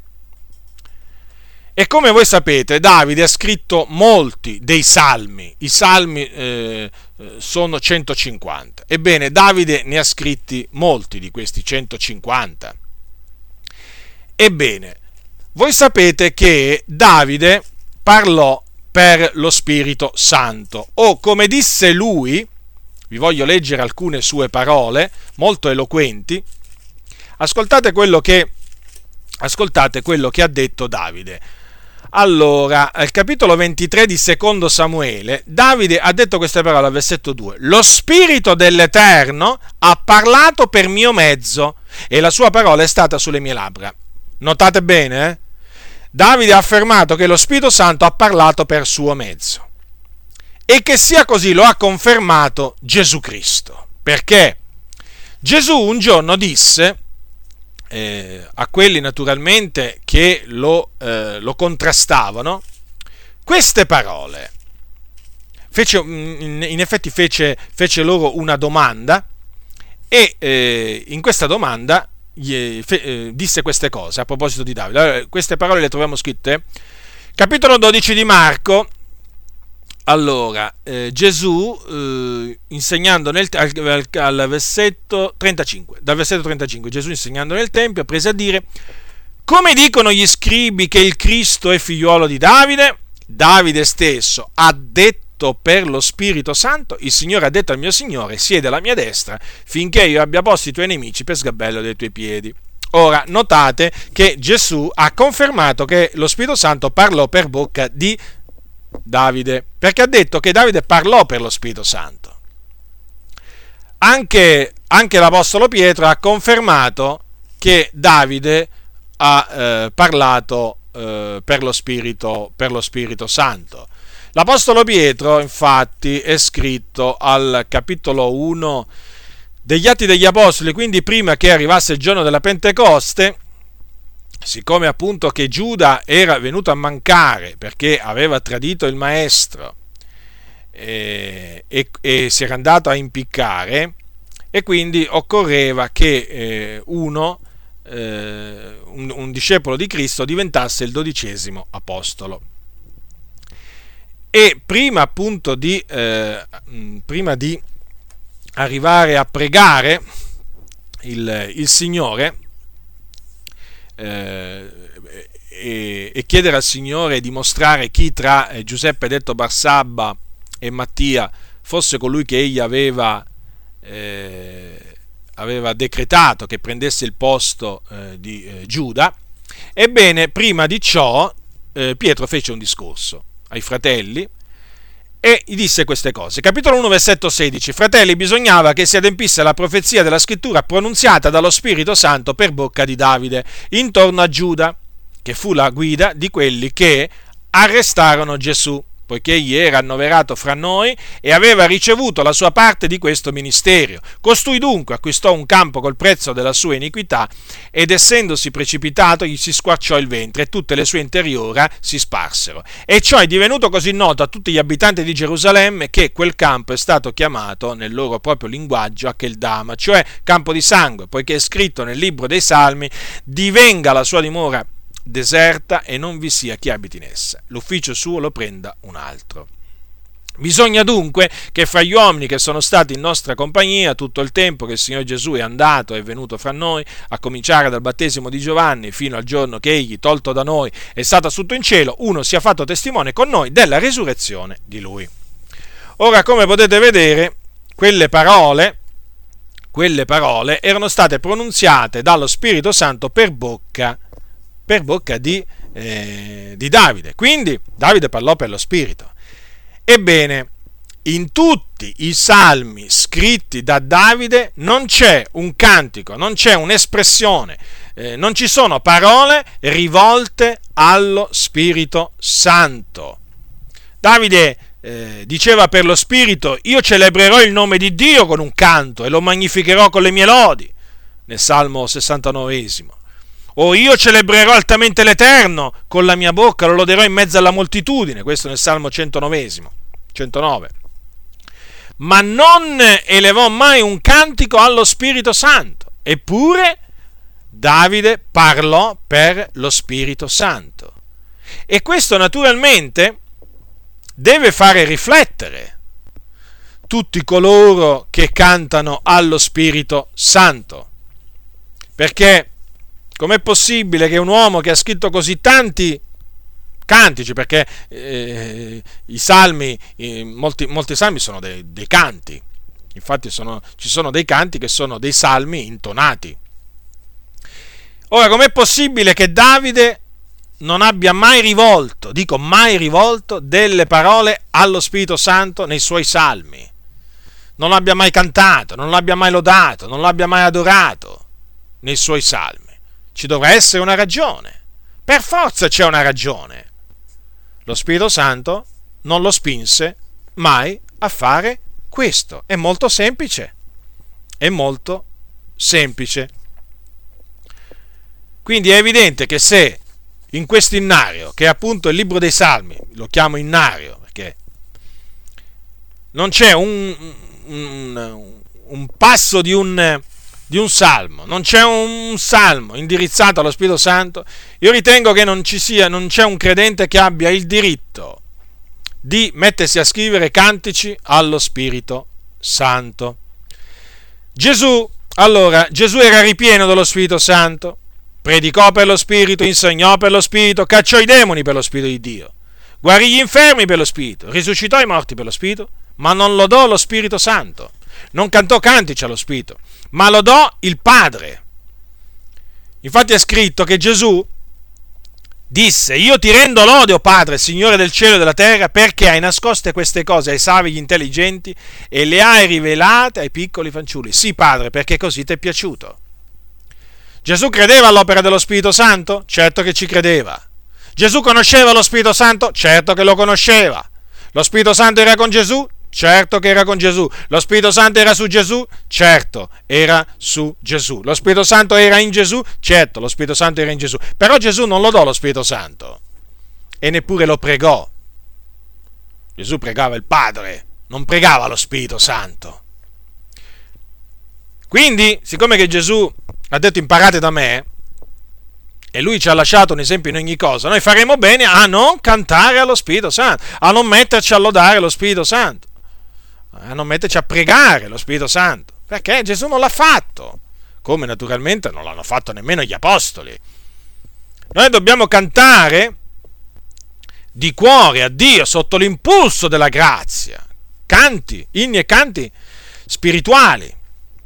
[SPEAKER 1] e come voi sapete Davide ha scritto molti dei salmi. I salmi eh, sono centocinquanta. Ebbene, Davide ne ha scritti molti di questi centocinquanta. Ebbene, voi sapete che Davide parlò per lo Spirito Santo, o come disse lui, vi voglio leggere alcune sue parole molto eloquenti. Ascoltate quello che ascoltate quello che ha detto Davide. Allora, al capitolo ventitré di secondo Samuele, Davide ha detto queste parole al versetto due: lo Spirito dell'Eterno ha parlato per mio mezzo e la sua parola è stata sulle mie labbra. Notate bene, eh? Davide ha affermato che lo Spirito Santo ha parlato per suo mezzo, e che sia così lo ha confermato Gesù Cristo, perché Gesù un giorno disse eh, a quelli naturalmente che lo, eh, lo contrastavano queste parole. Fece, in, in effetti fece, fece loro una domanda, e eh, in questa domanda gli, fe, eh, disse queste cose a proposito di Davide. Allora, queste parole le troviamo scritte capitolo dodici di Marco. Allora, eh, Gesù, eh, insegnando nel, al, al versetto trentacinque, dal versetto trentacinque, Gesù insegnando nel Tempio, prese a dire: come dicono gli scribi che il Cristo è figliuolo di Davide? Davide stesso ha detto unto per lo Spirito Santo, il Signore ha detto al mio Signore, siedi alla mia destra, finché io abbia posto i tuoi nemici per sgabello dei tuoi piedi. Ora, notate che Gesù ha confermato che lo Spirito Santo parlò per bocca di Davide, perché ha detto che Davide parlò per lo Spirito Santo. Anche, anche l'Apostolo Pietro ha confermato che Davide ha eh, parlato eh, per lo Spirito, per lo Spirito Santo. L'Apostolo Pietro, infatti, è scritto al capitolo uno degli Atti degli Apostoli, quindi prima che arrivasse il giorno della Pentecoste, siccome appunto che Giuda era venuto a mancare perché aveva tradito il maestro e, e, e si era andato a impiccare, e quindi occorreva che eh, uno, eh, un, un discepolo di Cristo, diventasse il dodicesimo apostolo. E prima appunto di, eh, prima di arrivare a pregare il, il Signore eh, e, e chiedere al Signore di mostrare chi tra Giuseppe detto Barsabba e Mattia fosse colui che egli aveva, eh, aveva decretato che prendesse il posto eh, di eh, Giuda, ebbene prima di ciò eh, Pietro fece un discorso ai fratelli e gli disse queste cose. Capitolo uno, versetto sedici. Fratelli, bisognava che si adempisse la profezia della scrittura pronunziata dallo Spirito Santo per bocca di Davide intorno a Giuda, che fu la guida di quelli che arrestarono Gesù, poiché egli era annoverato fra noi e aveva ricevuto la sua parte di questo ministero. Costui dunque acquistò un campo col prezzo della sua iniquità, ed essendosi precipitato gli si squarciò il ventre e tutte le sue interiora si sparsero. E ciò è divenuto così noto a tutti gli abitanti di Gerusalemme che quel campo è stato chiamato nel loro proprio linguaggio Akeldama, cioè campo di sangue, poiché è scritto nel libro dei Salmi: divenga la sua dimora deserta e non vi sia chi abiti in essa, l'ufficio suo lo prenda un altro. Bisogna dunque che fra gli uomini che sono stati in nostra compagnia tutto il tempo che il Signore Gesù è andato e è venuto fra noi, a cominciare dal battesimo di Giovanni fino al giorno che egli, tolto da noi, è stato assunto in cielo, uno sia fatto testimone con noi della resurrezione di lui. Ora, come potete vedere, quelle parole quelle parole erano state pronunziate dallo Spirito Santo per bocca per bocca di, eh, di Davide. Quindi Davide parlò per lo Spirito. Ebbene, in tutti i salmi scritti da Davide non c'è un cantico, non c'è un'espressione, eh, non ci sono parole rivolte allo Spirito Santo. Davide eh, diceva per lo Spirito: io celebrerò il nome di Dio con un canto e lo magnificherò con le mie lodi, nel Salmo sessantanovesimo. O io celebrerò altamente l'Eterno, con la mia bocca lo loderò in mezzo alla moltitudine, questo nel Salmo centonovesimo, centonove. Ma non elevò mai un cantico allo Spirito Santo, eppure Davide parlò per lo Spirito Santo. E questo naturalmente deve fare riflettere tutti coloro che cantano allo Spirito Santo, perché com'è possibile che un uomo che ha scritto così tanti cantici, perché eh, i salmi, eh, molti, molti salmi sono dei, dei canti, infatti sono, ci sono dei canti che sono dei salmi intonati. Ora, com'è possibile che Davide non abbia mai rivolto, dico mai rivolto, delle parole allo Spirito Santo nei suoi salmi? Non l'abbia mai cantato, non l'abbia mai lodato, non l'abbia mai adorato nei suoi salmi? Ci dovrà essere una ragione, per forza c'è una ragione. Lo Spirito Santo non lo spinse mai a fare questo. È molto semplice, è molto semplice. Quindi è evidente che se in questo innario, che è appunto il libro dei Salmi, lo chiamo innario perché non c'è un, un, un passo di un... di un salmo, non c'è un salmo indirizzato allo Spirito Santo, io ritengo che non ci sia, non c'è un credente che abbia il diritto di mettersi a scrivere cantici allo Spirito Santo. Gesù, allora, Gesù era ripieno dello Spirito Santo, predicò per lo Spirito, insegnò per lo Spirito, cacciò i demoni per lo Spirito di Dio, guarì gli infermi per lo Spirito, risuscitò i morti per lo Spirito, ma non lodò lo Spirito Santo, non cantò cantici allo Spirito, ma lodò il Padre. Infatti è scritto che Gesù disse: io ti rendo lode, o Padre, Signore del cielo e della terra, perché hai nascoste queste cose ai savi, gli intelligenti, e le hai rivelate ai piccoli fanciulli. Sì, Padre, perché così ti è piaciuto. Gesù credeva all'opera dello Spirito Santo? Certo che ci credeva. Gesù conosceva lo Spirito Santo? Certo che lo conosceva. Lo Spirito Santo era con Gesù? Certo che era con Gesù. Lo Spirito Santo era su Gesù? Certo, era su Gesù. Lo Spirito Santo era in Gesù? Certo, lo Spirito Santo era in Gesù. Però Gesù non lodò lo Spirito Santo e neppure lo pregò. Gesù pregava il Padre, non pregava lo Spirito Santo. Quindi, siccome che Gesù ha detto imparate da me, e lui ci ha lasciato un esempio in ogni cosa, noi faremo bene a non cantare allo Spirito Santo, a non metterci a lodare lo Spirito Santo, a non metterci a pregare lo Spirito Santo, perché Gesù non l'ha fatto, come naturalmente non l'hanno fatto nemmeno gli apostoli. Noi dobbiamo cantare di cuore a Dio sotto l'impulso della grazia, canti, inni e canti spirituali.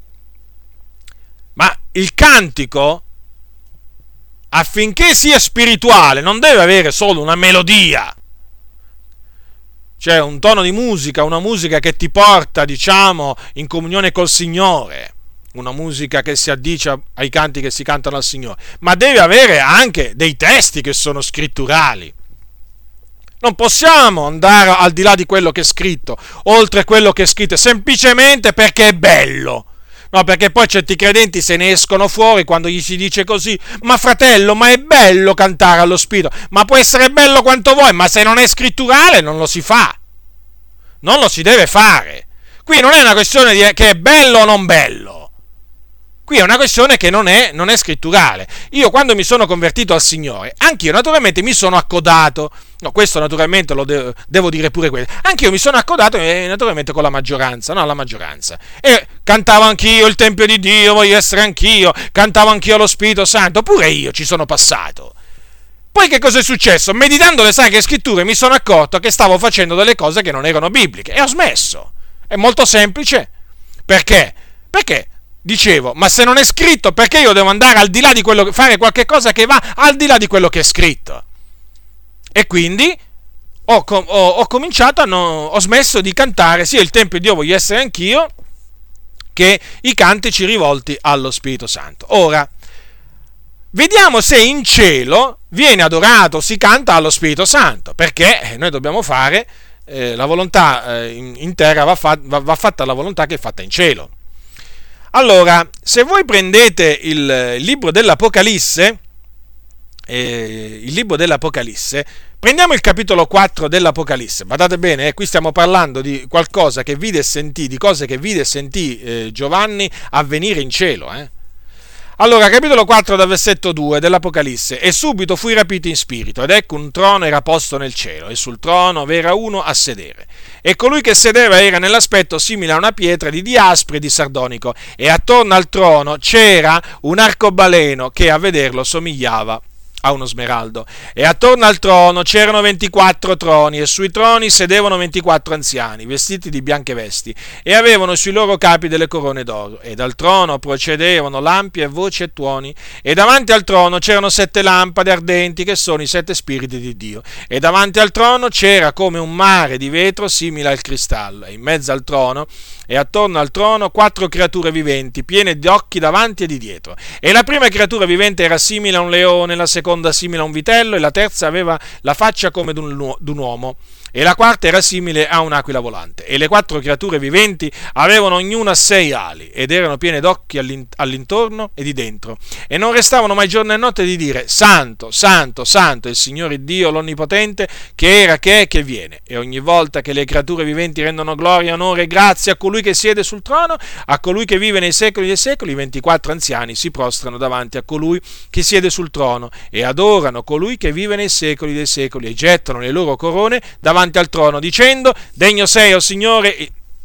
[SPEAKER 1] Ma il cantico, affinché sia spirituale, non deve avere solo una melodia, cioè un tono di musica, una musica che ti porta, diciamo, in comunione col Signore, una musica che si addice ai canti che si cantano al Signore, ma deve avere anche dei testi che sono scritturali. Non possiamo andare al di là di quello che è scritto, oltre quello che è scritto, semplicemente perché è bello. No, perché poi certi credenti se ne escono fuori quando gli si dice così: ma fratello, ma è bello cantare allo Spirito, ma può essere bello quanto vuoi, ma se non è scritturale non lo si fa, non lo si deve fare. Qui non è una questione di che è bello o non bello, qui è una questione che non è, non è scritturale. Io quando mi sono convertito al Signore, anch'io naturalmente mi sono accodato, no, questo naturalmente lo devo, devo dire pure questo, anch'io mi sono accodato eh, naturalmente con la maggioranza, no, la maggioranza, e cantavo anch'io il Tempio di Dio, voglio essere anch'io, cantavo anch'io lo Spirito Santo, pure io ci sono passato. Poi che cosa è successo? Meditando le Sacre Scritture mi sono accorto che stavo facendo delle cose che non erano bibliche e ho smesso. È molto semplice. Perché? Perché dicevo, ma se non è scritto, perché io devo andare al di là di quello che, fare qualche cosa che va al di là di quello che è scritto? E quindi ho, ho, ho cominciato a no, ho smesso di cantare sia il Tempio di Dio voglio essere anch'io che i cantici rivolti allo Spirito Santo. Ora, vediamo se in cielo viene adorato, si canta allo Spirito Santo, perché noi dobbiamo fare eh, la volontà eh, in, in terra, va, fa, va, va fatta la volontà che è fatta in cielo. Allora, se voi prendete il, il libro dell'Apocalisse, eh, il libro dell'Apocalisse, prendiamo il capitolo quattro dell'Apocalisse, badate bene, eh, qui stiamo parlando di qualcosa che vide e sentì, di cose che vide e sentì eh, Giovanni avvenire in cielo, eh. Allora, capitolo quattro dal versetto due dell'Apocalisse: e subito fui rapito in spirito, ed ecco un trono era posto nel cielo, e sul trono v'era uno a sedere, e colui che sedeva era nell'aspetto simile a una pietra di diaspro e di sardonico, e attorno al trono c'era un arcobaleno che a vederlo somigliava a uno smeraldo, e attorno al trono c'erano ventiquattro troni, e sui troni sedevano ventiquattro anziani, vestiti di bianche vesti, e avevano sui loro capi delle corone d'oro, e dal trono procedevano lampi e voci e tuoni, e davanti al trono c'erano sette lampade ardenti, che sono i sette spiriti di Dio, e davanti al trono c'era come un mare di vetro simile al cristallo, e in mezzo al trono e attorno al trono quattro creature viventi, piene di occhi davanti e di dietro. E la prima creatura vivente era simile a un leone, la seconda simile a un vitello, e la terza aveva la faccia come d'un uomo, e la quarta era simile a un'aquila volante. E le quattro creature viventi avevano ognuna sei ali, ed erano piene d'occhi all'intorno e di dentro, e non restavano mai giorno e notte di dire: Santo, Santo, Santo è il Signore Dio l'Onnipotente, che era, che è, che viene. E ogni volta che le creature viventi rendono gloria, onore e grazia a colui che siede sul trono, a colui che vive nei secoli dei secoli, i ventiquattro anziani si prostrano davanti a colui che siede sul trono e adorano colui che vive nei secoli dei secoli, e gettano le loro corone davanti al trono, dicendo: Degno sei, o Signore,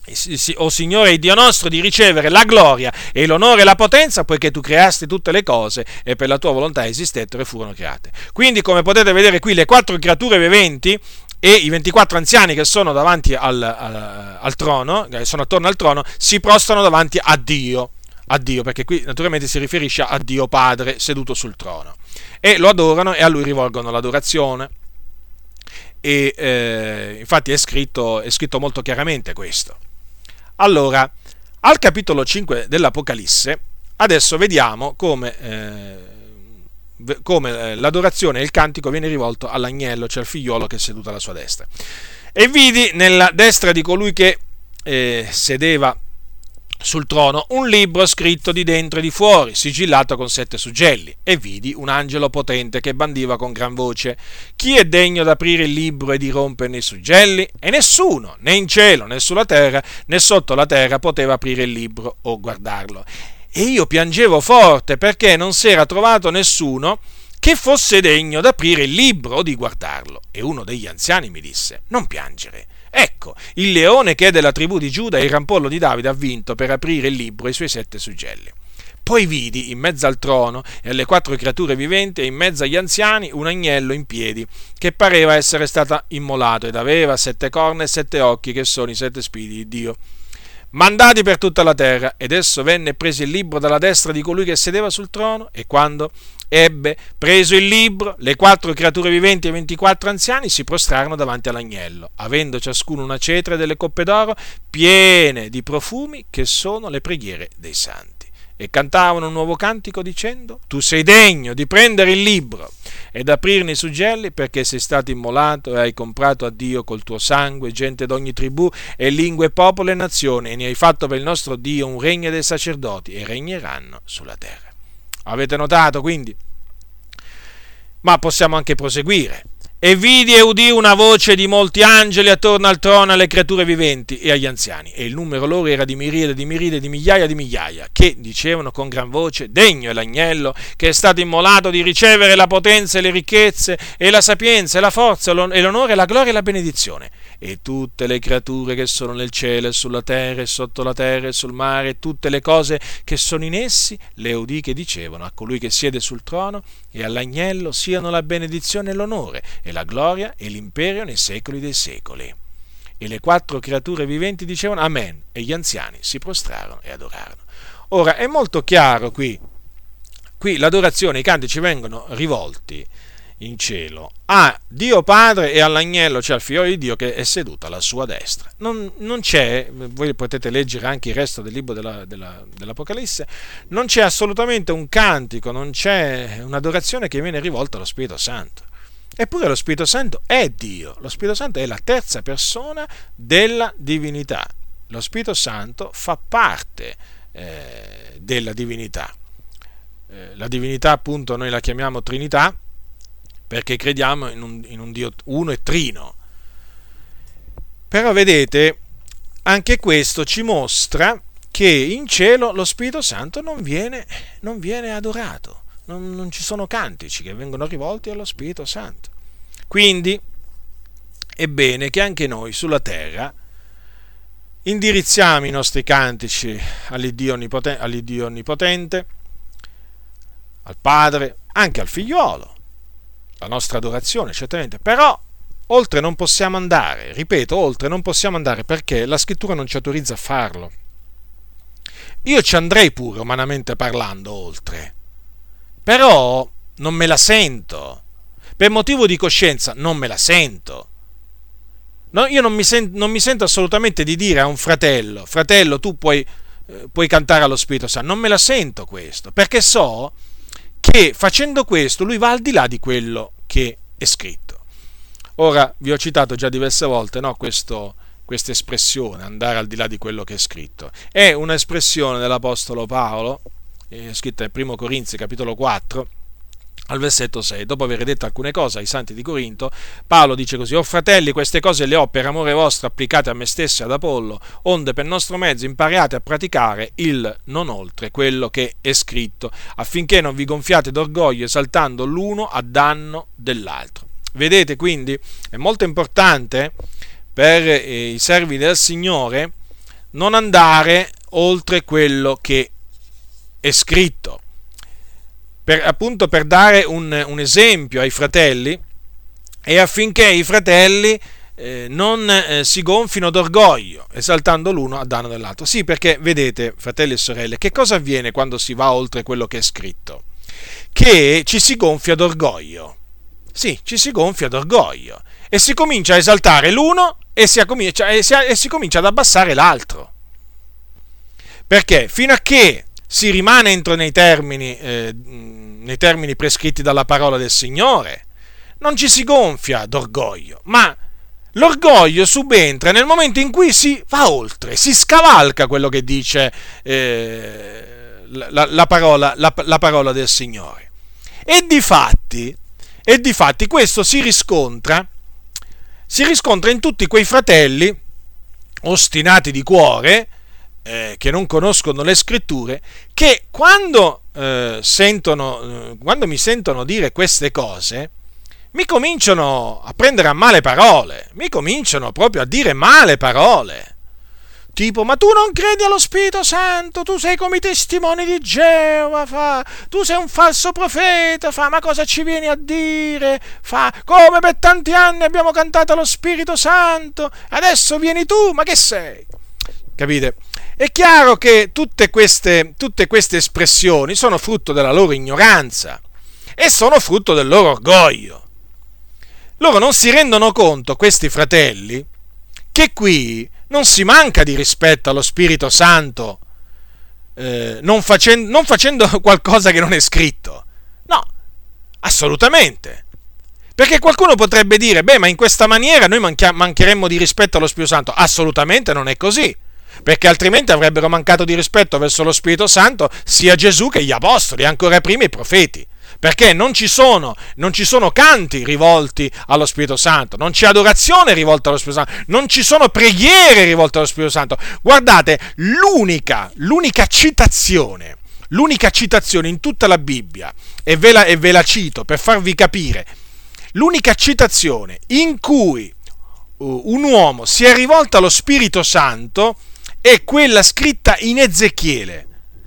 [SPEAKER 1] o Signore Dio nostro, di ricevere la gloria e l'onore e la potenza, poiché tu creasti tutte le cose e per la tua volontà esistettero e furono create. Quindi, come potete vedere qui, le quattro creature viventi e i ventiquattro anziani che sono davanti al, al, al trono, che sono attorno al trono, si prostrano davanti a Dio, a Dio, perché qui naturalmente si riferisce a Dio Padre seduto sul trono, e lo adorano e a lui rivolgono l'adorazione. E eh, infatti è scritto, è scritto molto chiaramente questo. Allora, al capitolo cinque dell'Apocalisse, adesso vediamo come, eh, come l'adorazione e il cantico viene rivolto all'agnello, cioè al figliolo che è seduto alla sua destra. E vidi nella destra di colui che eh, sedeva sul trono un libro scritto di dentro e di fuori, sigillato con sette suggelli, e vidi un angelo potente che bandiva con gran voce: chi è degno d'aprire il libro e di romperne i suggelli? E nessuno, né in cielo, né sulla terra, né sotto la terra, poteva aprire il libro o guardarlo. E io piangevo forte, perché non si era trovato nessuno che fosse degno d'aprire il libro o di guardarlo. E uno degli anziani mi disse: non piangere. Ecco, il leone che è della tribù di Giuda e il rampollo di Davide ha vinto per aprire il libro e i suoi sette suggelli. Poi vidi in mezzo al trono e alle quattro creature viventi e in mezzo agli anziani un agnello in piedi, che pareva essere stato immolato ed aveva sette corna e sette occhi, che sono i sette spiriti di Dio, mandati per tutta la terra. Ed esso venne e prese il libro dalla destra di colui che sedeva sul trono, e quando ebbe preso il libro, le quattro creature viventi e i ventiquattro anziani si prostrarono davanti all'agnello, avendo ciascuno una cetra e delle coppe d'oro piene di profumi, che sono le preghiere dei santi, e cantavano un nuovo cantico dicendo: tu sei degno di prendere il libro ed aprirne i suggelli, perché sei stato immolato e hai comprato a Dio col tuo sangue gente d'ogni tribù e lingua e popolo e nazione, e ne hai fatto per il nostro Dio un regno dei sacerdoti, e regneranno sulla terra. Avete notato quindi? Ma possiamo anche proseguire. E vidi e udì una voce di molti angeli attorno al trono, alle creature viventi e agli anziani, e il numero loro era di miriade di miriade, di migliaia di migliaia, che dicevano con gran voce: degno è l'agnello che è stato immolato di ricevere la potenza e le ricchezze e la sapienza e la forza e l'onore e la gloria e la benedizione. E tutte le creature che sono nel cielo e sulla terra e sotto la terra e sul mare e tutte le cose che sono in essi le udì che dicevano a colui che siede sul trono e all'agnello siano la benedizione e l'onore e la gloria e l'imperio nei secoli dei secoli. E le quattro creature viventi dicevano Amen, e gli anziani si prostrarono e adorarono. Ora è molto chiaro qui, qui l'adorazione, i cantici vengono rivolti in cielo a Dio Padre e all'agnello, cioè al figlio di Dio che è seduto alla sua destra. Non, non c'è, voi potete leggere anche il resto del libro della, della, dell'Apocalisse, non c'è assolutamente un cantico, non c'è un'adorazione che viene rivolta allo Spirito Santo. Eppure lo Spirito Santo è Dio, lo Spirito Santo è la terza persona della divinità, lo Spirito Santo fa parte eh, della divinità. Eh, la divinità appunto noi la chiamiamo Trinità, perché crediamo in un, in un Dio uno e trino. Però vedete, anche questo ci mostra che in cielo lo Spirito Santo non viene, non viene adorato, non, non ci sono cantici che vengono rivolti allo Spirito Santo. Quindi è bene che anche noi sulla terra indirizziamo i nostri cantici all'Iddio onnipotente, all'Iddio onnipotente, al Padre, anche al Figliolo, la nostra adorazione certamente, però oltre non possiamo andare, ripeto, oltre non possiamo andare perché la Scrittura non ci autorizza a farlo. Io ci andrei pure, umanamente parlando, oltre, però non me la sento, per motivo di coscienza non me la sento. No, io non mi, sento, non mi sento assolutamente di dire a un fratello, fratello tu puoi, eh, puoi cantare allo Spirito Santo, non me la sento questo, perché so che facendo questo lui va al di là di quello che è scritto. Ora vi ho citato già diverse volte, no, questo, questa espressione, andare al di là di quello che è scritto, è un'espressione dell'Apostolo Paolo, è scritta in primo Corinzi capitolo quattro, al versetto sei. Dopo aver detto alcune cose ai santi di Corinto, Paolo dice così: o fratelli, queste cose le ho per amore vostro applicate a me stesso e ad Apollo, onde per nostro mezzo impariate a praticare il non oltre quello che è scritto, affinché non vi gonfiate d'orgoglio esaltando l'uno a danno dell'altro. Vedete, quindi è molto importante per i servi del Signore non andare oltre quello che è scritto. Per, appunto per dare un, un esempio ai fratelli e affinché i fratelli eh, non eh, si gonfino d'orgoglio, esaltando l'uno a danno dell'altro. Sì, perché vedete, fratelli e sorelle, che cosa avviene quando si va oltre quello che è scritto? Che ci si gonfia d'orgoglio. Sì, ci si gonfia d'orgoglio e si comincia a esaltare l'uno e si, comincia, e si, e si comincia ad abbassare l'altro. Perché fino a che si rimane entro nei termini, eh, nei termini prescritti dalla parola del Signore, non ci si gonfia d'orgoglio, ma l'orgoglio subentra nel momento in cui si va oltre, si scavalca quello che dice eh, la, la, parola, la, la parola del Signore. E difatti, e difatti questo si riscontra, si riscontra in tutti quei fratelli ostinati di cuore, Eh, che non conoscono le scritture, che quando eh, sentono, eh, quando mi sentono dire queste cose, mi cominciano a prendere a male parole, mi cominciano proprio a dire male parole, tipo: ma tu non credi allo Spirito Santo, tu sei come i testimoni di Geova, fa, tu sei un falso profeta, fa, ma cosa ci vieni a dire, fa, come per tanti anni abbiamo cantato allo Spirito Santo, adesso vieni tu, ma che sei? Capite? È chiaro che tutte queste, tutte queste espressioni sono frutto della loro ignoranza e sono frutto del loro orgoglio. Loro non si rendono conto, questi fratelli, che qui non si manca di rispetto allo Spirito Santo eh, non, facendo, non facendo qualcosa che non è scritto. No, assolutamente. Perché qualcuno potrebbe dire: beh, ma in questa maniera noi manchi- mancheremmo di rispetto allo Spirito Santo. Assolutamente non è così. Perché altrimenti avrebbero mancato di rispetto verso lo Spirito Santo sia Gesù che gli apostoli, ancora prima i profeti, perché non ci sono, non ci sono canti rivolti allo Spirito Santo, non c'è adorazione rivolta allo Spirito Santo, non ci sono preghiere rivolte allo Spirito Santo. Guardate, l'unica, l'unica citazione, l'unica citazione in tutta la Bibbia, e ve la, e ve la cito per farvi capire, l'unica citazione in cui un uomo si è rivolto allo Spirito Santo è quella scritta in Ezechiele.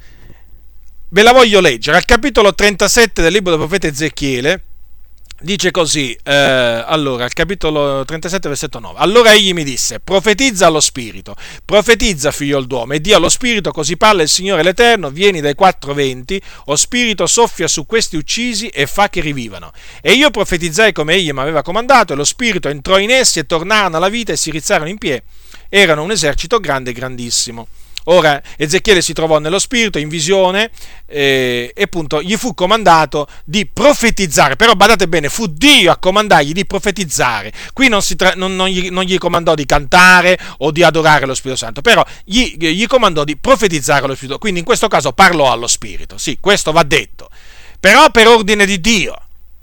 [SPEAKER 1] Ve la voglio leggere, al capitolo trentasette del libro del profeta Ezechiele, dice così, eh, allora, al capitolo trentasette, versetto nove: allora egli mi disse: profetizza allo Spirito, profetizza, figliol d'uomo, e di allo Spirito, così parla il Signore l'Eterno, vieni dai quattro venti, o Spirito, soffia su questi uccisi e fa che rivivano. E io profetizzai come egli mi aveva comandato, e lo Spirito entrò in essi e tornarono alla vita e si rizzarono in piedi. Erano un esercito grande e grandissimo. Ora Ezechiele si trovò nello spirito, in visione, eh, e appunto gli fu comandato di profetizzare. Però badate bene, fu Dio a comandargli di profetizzare. Qui non, si tra- non, non, gli, non gli comandò di cantare o di adorare lo Spirito Santo, però gli, gli comandò di profetizzare allo Spirito. Quindi in questo caso parlò allo Spirito, sì, questo va detto, però per ordine di Dio.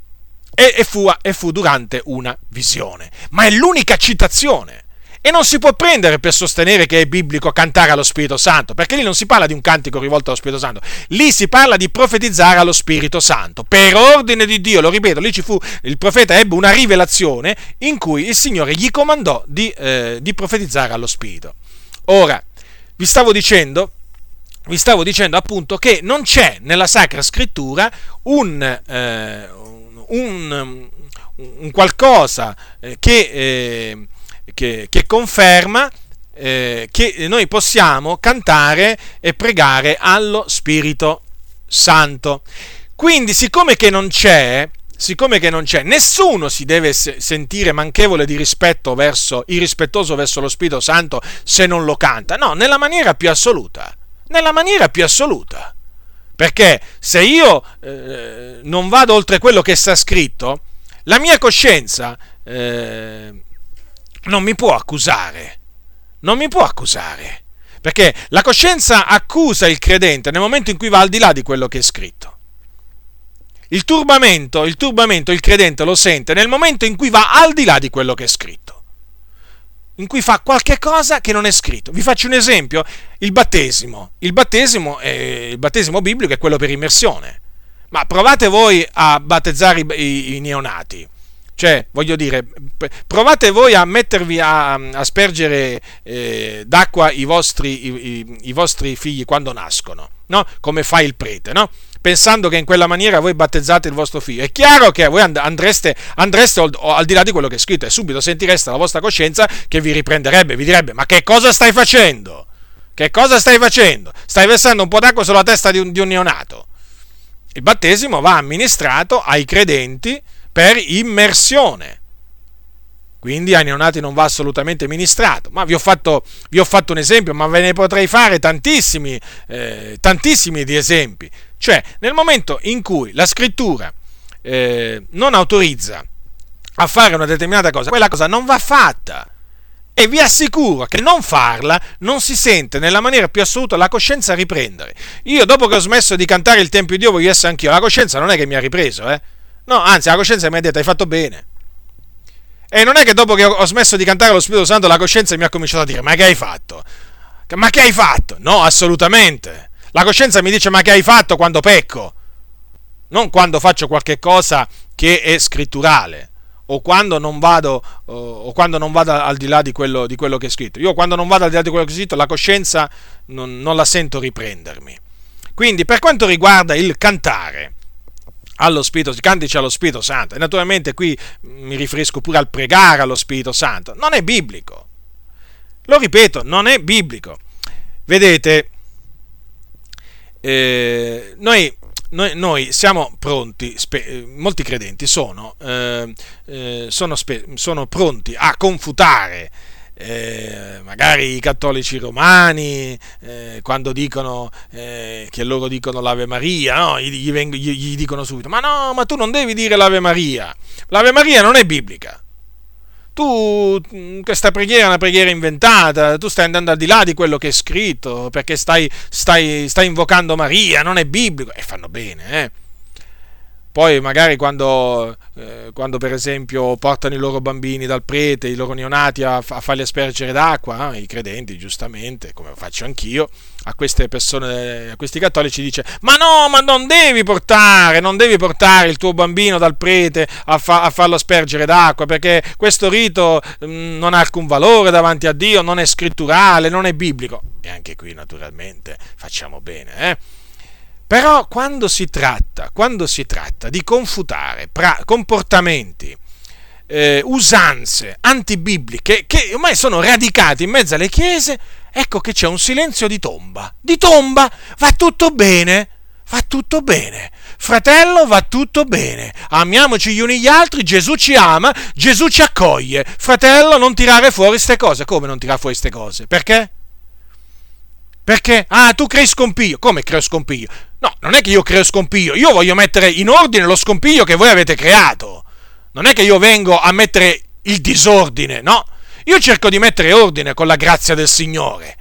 [SPEAKER 1] E, e, fu, e fu durante una visione. Ma è l'unica citazione. E non si può prendere per sostenere che è biblico cantare allo Spirito Santo, perché lì non si parla di un cantico rivolto allo Spirito Santo, lì si parla di profetizzare allo Spirito Santo, per ordine di Dio, lo ripeto, lì ci fu, il profeta ebbe una rivelazione in cui il Signore gli comandò di, eh, di profetizzare allo Spirito. Ora, vi stavo dicendo, vi stavo dicendo appunto che non c'è nella Sacra Scrittura un, eh, un, un qualcosa che... Eh, Che, che conferma eh, che noi possiamo cantare e pregare allo Spirito Santo. Quindi, siccome che non c'è, siccome che non c'è, nessuno si deve sentire manchevole di rispetto verso, irrispettoso verso lo Spirito Santo se non lo canta. No, nella maniera più assoluta, nella maniera più assoluta. Perché se io eh, non vado oltre quello che sta scritto, la mia coscienza eh, non mi può accusare, non mi può accusare, perché la coscienza accusa il credente nel momento in cui va al di là di quello che è scritto. Il turbamento, il turbamento il credente lo sente nel momento in cui va al di là di quello che è scritto, in cui fa qualche cosa che non è scritto. Vi faccio un esempio: il battesimo. Il battesimo, è, il battesimo biblico è quello per immersione. Ma provate voi a battezzare i, i, i neonati. Cioè, voglio dire, provate voi a mettervi a, a spergere eh, d'acqua i vostri, i, i, i vostri figli quando nascono, no? Come fa il prete, no? Pensando che in quella maniera voi battezzate il vostro figlio. È chiaro che voi andreste, andreste al di là di quello che è scritto e subito sentireste la vostra coscienza che vi riprenderebbe, vi direbbe: ma che cosa stai facendo? Che cosa stai facendo? Stai versando un po' d'acqua sulla testa di un, di un neonato. Il battesimo va amministrato ai credenti per immersione, quindi ai neonati non va assolutamente ministrato. Ma vi ho fatto, vi ho fatto un esempio, ma ve ne potrei fare tantissimi, eh, tantissimi di esempi. Cioè, nel momento in cui la scrittura eh, non autorizza a fare una determinata cosa, quella cosa non va fatta. E vi assicuro che non farla non si sente nella maniera più assoluta la coscienza riprendere. Io, dopo che ho smesso di cantare il Tempio di Dio, voglio essere anch'io. La coscienza non è che mi ha ripreso, eh. No, anzi, la coscienza mi ha detto: hai fatto bene. E non è che dopo che ho smesso di cantare lo Spirito Santo la coscienza mi ha cominciato a dire: ma che hai fatto? Ma che hai fatto? No, assolutamente. La coscienza mi dice: ma che hai fatto quando pecco? Non quando faccio qualche cosa che è scritturale, o quando non vado, o quando non vado al di là di quello, di quello che è scritto. Io quando non vado al di là di quello che è scritto, la coscienza non, non la sento riprendermi. Quindi, per quanto riguarda il cantare allo Spirito, cantici allo Spirito Santo, e naturalmente qui mi riferisco pure al pregare allo Spirito Santo, non è biblico. Lo ripeto, non è biblico. Vedete, eh, noi, noi, noi siamo pronti, spe, molti credenti sono, eh, eh, sono, spe, sono pronti a confutare Eh, magari i cattolici romani eh, quando dicono eh, che loro dicono l'Ave Maria, no? gli, gli, vengo, gli, gli dicono subito: ma no, ma tu non devi dire l'Ave Maria, l'Ave Maria non è biblica, tu questa preghiera è una preghiera inventata, tu stai andando al di là di quello che è scritto perché stai, stai, stai invocando Maria, non è biblico. E fanno bene, eh Poi magari quando, eh, quando per esempio portano i loro bambini dal prete, i loro neonati a, a farli aspergere d'acqua, eh, i credenti giustamente, come faccio anch'io, a queste persone, a questi cattolici dice: ma no, ma non devi portare, non devi portare il tuo bambino dal prete a, fa, a farlo aspergere d'acqua, perché questo rito mh, non ha alcun valore davanti a Dio, non è scritturale, non è biblico. E anche qui naturalmente facciamo bene, eh. Però quando si tratta, quando si tratta di confutare pra- comportamenti, eh, usanze antibibliche che ormai sono radicati in mezzo alle chiese, ecco che c'è un silenzio di tomba. Di tomba! Va tutto bene, va tutto bene. Fratello, va tutto bene. Amiamoci gli uni gli altri, Gesù ci ama, Gesù ci accoglie. Fratello, non tirare fuori ste cose. Come non tirare fuori ste cose? Perché? Perché? Ah, tu crei scompiglio. Come creo scompiglio? No, non è che io creo scompiglio, io voglio mettere in ordine lo scompiglio che voi avete creato. Non è che io vengo a mettere il disordine, no. Io cerco di mettere ordine con la grazia del Signore.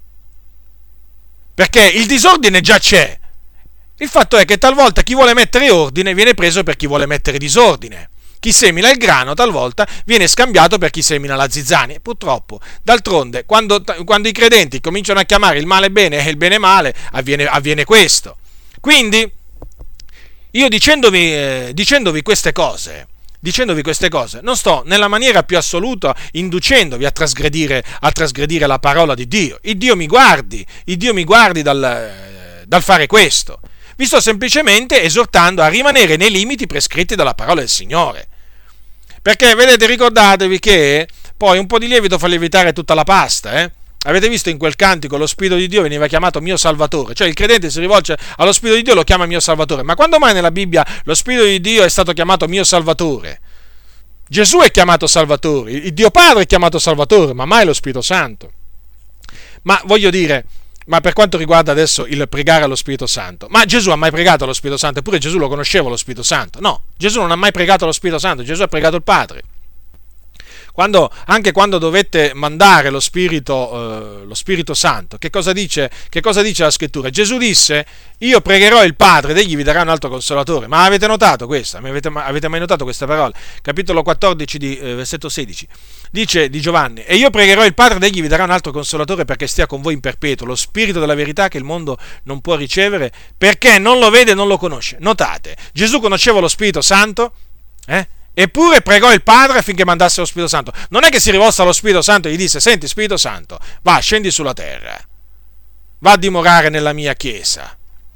[SPEAKER 1] Perché il disordine già c'è. Il fatto è che talvolta chi vuole mettere ordine viene preso per chi vuole mettere disordine. Chi semina il grano talvolta viene scambiato per chi semina la zizzania. Purtroppo, d'altronde, quando, quando i credenti cominciano a chiamare il male bene e il bene male, avviene, avviene questo. Quindi, io dicendovi, eh, dicendovi queste cose, dicendovi queste cose, non sto nella maniera più assoluta inducendovi a trasgredire, a trasgredire la parola di Dio. Il Dio mi guardi, il Dio mi guardi dal, eh, dal fare questo. Vi sto semplicemente esortando a rimanere nei limiti prescritti dalla parola del Signore. Perché, vedete, ricordatevi che poi un po' di lievito fa lievitare tutta la pasta, eh? Avete visto in quel cantico lo Spirito di Dio veniva chiamato mio Salvatore, cioè il credente si rivolge allo Spirito di Dio e lo chiama mio Salvatore. Ma quando mai nella Bibbia lo Spirito di Dio è stato chiamato mio Salvatore? Gesù è chiamato Salvatore, il Dio Padre è chiamato Salvatore, ma mai lo Spirito Santo. Ma voglio dire, ma per quanto riguarda adesso il pregare allo Spirito Santo, ma Gesù ha mai pregato allo Spirito Santo? Eppure Gesù lo conosceva lo Spirito Santo? No, Gesù non ha mai pregato allo Spirito Santo, Gesù ha pregato il Padre. Quando, anche quando dovette mandare lo Spirito, eh, lo Spirito Santo, che cosa dice, che cosa dice la Scrittura? Gesù disse: io pregherò il Padre ed egli vi darà un altro consolatore. Ma avete notato questa? Avete, avete mai notato questa parola? Capitolo quattordici, di, eh, versetto sedici. Dice di Giovanni: e io pregherò il Padre ed egli vi darà un altro consolatore perché stia con voi in perpetuo, lo Spirito della verità che il mondo non può ricevere perché non lo vede e non lo conosce. Notate, Gesù conosceva lo Spirito Santo, eh? Eppure pregò il Padre affinché mandasse lo Spirito Santo. Non è che si rivolse allo Spirito Santo e gli disse: senti Spirito Santo, va, scendi sulla terra, va a dimorare nella mia chiesa.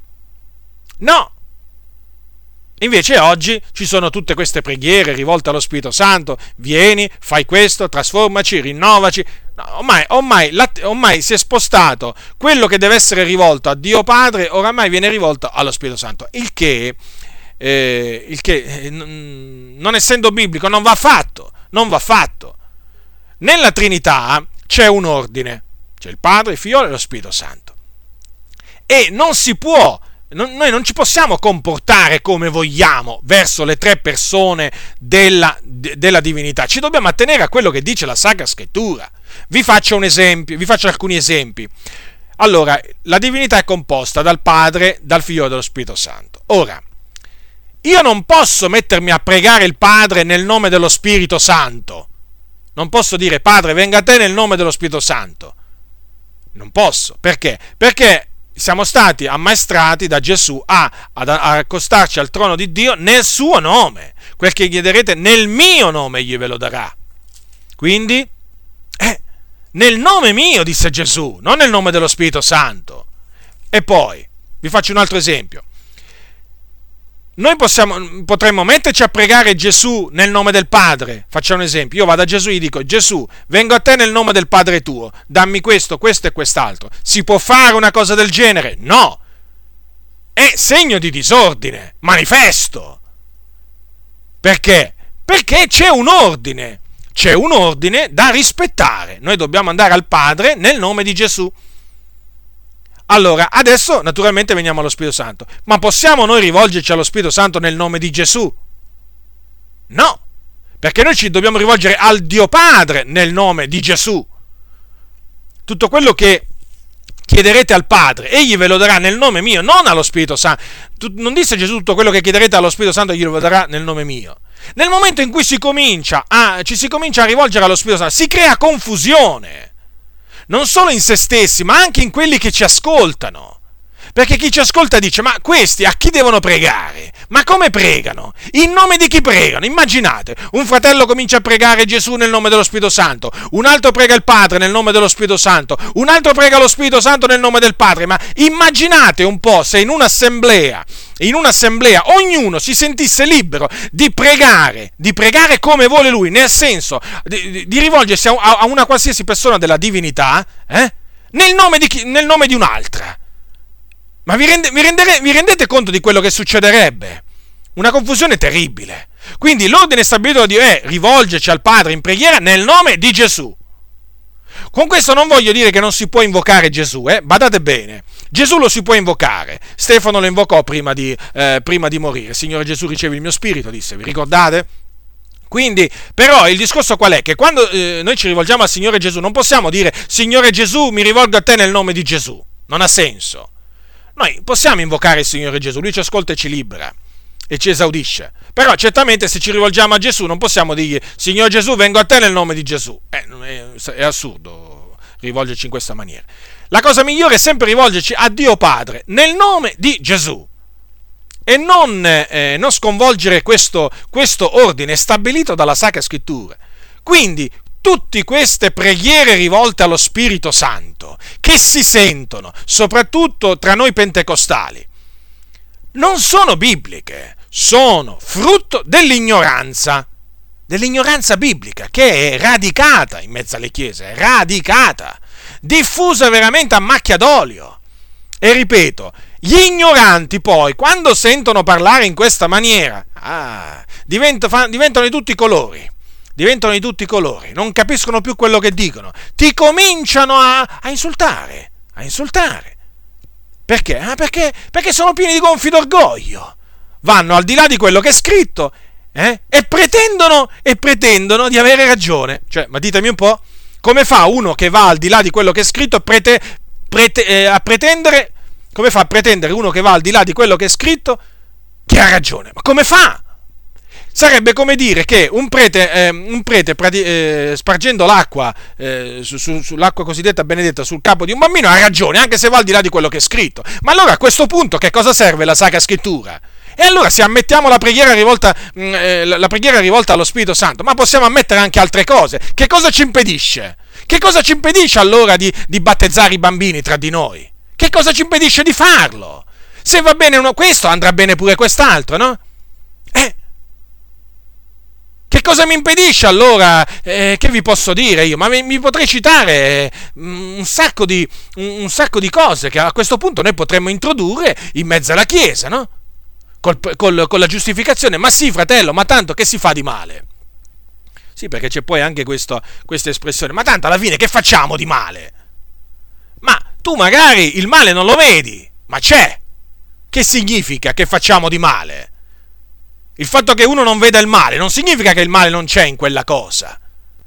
[SPEAKER 1] No! Invece oggi ci sono tutte queste preghiere rivolte allo Spirito Santo: vieni, fai questo, trasformaci, rinnovaci. No, ormai, ormai, ormai si è spostato quello che deve essere rivolto a Dio Padre, oramai viene rivolto allo Spirito Santo, il che, eh, il che eh, non essendo biblico non va fatto, non va fatto. Nella Trinità c'è un ordine, c'è il Padre, il Figlio e lo Spirito Santo, e non si può Non, noi non ci possiamo comportare come vogliamo verso le tre persone della, de, della divinità. Ci dobbiamo attenere a quello che dice la Sacra Scrittura. Vi faccio un esempio, vi faccio alcuni esempi. Allora, la divinità è composta dal Padre, dal Figlio e dallo Spirito Santo. Ora, io non posso mettermi a pregare il Padre nel nome dello Spirito Santo. Non posso dire: Padre, venga a te nel nome dello Spirito Santo. Non posso. Perché? Perché siamo stati ammaestrati da Gesù a, ad, a accostarci al trono di Dio nel suo nome. Quel che chiederete nel mio nome egli ve lo darà. Quindi, eh, nel nome mio, disse Gesù, non nel nome dello Spirito Santo. E poi, vi faccio un altro esempio. Noi possiamo, potremmo metterci a pregare Gesù nel nome del Padre. Facciamo un esempio: io vado a Gesù e gli dico: Gesù, vengo a te nel nome del Padre tuo, dammi questo, questo e quest'altro. Si può fare una cosa del genere? No! È segno di disordine, manifesto. Perché? Perché c'è un ordine, c'è un ordine da rispettare. Noi dobbiamo andare al Padre nel nome di Gesù. Allora, adesso naturalmente veniamo allo Spirito Santo. Ma possiamo noi rivolgerci allo Spirito Santo nel nome di Gesù? No, perché noi ci dobbiamo rivolgere al Dio Padre nel nome di Gesù. Tutto quello che chiederete al Padre, egli ve lo darà nel nome mio, non allo Spirito Santo. Non disse Gesù: tutto quello che chiederete allo Spirito Santo egli lo darà nel nome mio. Nel momento in cui si comincia a, ci si comincia a rivolgere allo Spirito Santo, si crea confusione. Non solo in se stessi, ma anche in quelli che ci ascoltano. Perché chi ci ascolta dice: ma questi a chi devono pregare? Ma come pregano? In nome di chi pregano? Immaginate, un fratello comincia a pregare Gesù nel nome dello Spirito Santo, un altro prega il Padre nel nome dello Spirito Santo, un altro prega lo Spirito Santo nel nome del Padre. Ma immaginate un po' se in un'assemblea, in un'assemblea ognuno si sentisse libero di pregare, di pregare come vuole lui, nel senso di, di, di rivolgersi a, a una qualsiasi persona della divinità, eh? nel nome di chi, nel nome di un'altra. Ma vi, rende, vi, rendere, vi rendete conto di quello che succederebbe? Una confusione terribile. Quindi l'ordine stabilito da Dio è rivolgerci al Padre in preghiera nel nome di Gesù. Con questo non voglio dire che non si può invocare Gesù, eh? Badate bene. Gesù lo si può invocare. Stefano lo invocò prima di, eh, prima di morire. Signore Gesù, ricevi il mio spirito, disse. Vi ricordate? Quindi, però, il discorso qual è? Che quando eh, noi ci rivolgiamo al Signore Gesù non possiamo dire: Signore Gesù, mi rivolgo a te nel nome di Gesù. Non ha senso. Noi possiamo invocare il Signore Gesù, lui ci ascolta e ci libera e ci esaudisce. Però certamente se ci rivolgiamo a Gesù non possiamo dirgli: Signore Gesù, vengo a te nel nome di Gesù. Eh, è, è assurdo rivolgerci in questa maniera. La cosa migliore è sempre rivolgerci a Dio Padre nel nome di Gesù e non, eh, non sconvolgere questo, questo ordine stabilito dalla Sacra Scrittura. Quindi tutte queste preghiere rivolte allo Spirito Santo, che si sentono, soprattutto tra noi pentecostali, non sono bibliche, sono frutto dell'ignoranza, dell'ignoranza biblica, che è radicata in mezzo alle chiese, è radicata, diffusa veramente a macchia d'olio. E ripeto, gli ignoranti poi, quando sentono parlare in questa maniera, ah, diventano, fa, diventano di tutti i colori. Diventano di tutti i colori, non capiscono più quello che dicono, ti cominciano a, a insultare, a insultare. Perché? Ah, perché? Perché sono pieni di gonfi d'orgoglio, vanno al di là di quello che è scritto eh, e pretendono e pretendono di avere ragione. Cioè, ma ditemi un po', come fa uno che va al di là di quello che è scritto prete, prete, eh, a pretendere, come fa a pretendere uno che va al di là di quello che è scritto che ha ragione? Ma come fa? Sarebbe come dire che un prete, eh, un prete prati- eh, spargendo l'acqua, eh, su, su, sull'acqua cosiddetta benedetta sul capo di un bambino ha ragione, anche se va al di là di quello che è scritto. Ma allora a questo punto che cosa serve la Sacra Scrittura? E allora se ammettiamo la preghiera rivolta, eh, la preghiera rivolta allo Spirito Santo, ma possiamo ammettere anche altre cose. Che cosa ci impedisce? Che cosa ci impedisce allora di, di battezzare i bambini tra di noi? Che cosa ci impedisce di farlo? Se va bene uno questo, andrà bene pure quest'altro, no? Eh, che cosa mi impedisce allora? Eh, che vi posso dire io? Ma mi, mi potrei citare eh, un, sacco di, un, un sacco di cose che a questo punto noi potremmo introdurre in mezzo alla Chiesa, no? Col, col, con la giustificazione. Ma sì, fratello, ma tanto che si fa di male? Sì, perché c'è poi anche questo, questa espressione. Ma tanto alla fine che facciamo di male? Ma tu magari il male non lo vedi, ma c'è. Che significa che facciamo di male? Il fatto che uno non veda il male non significa che il male non c'è in quella cosa.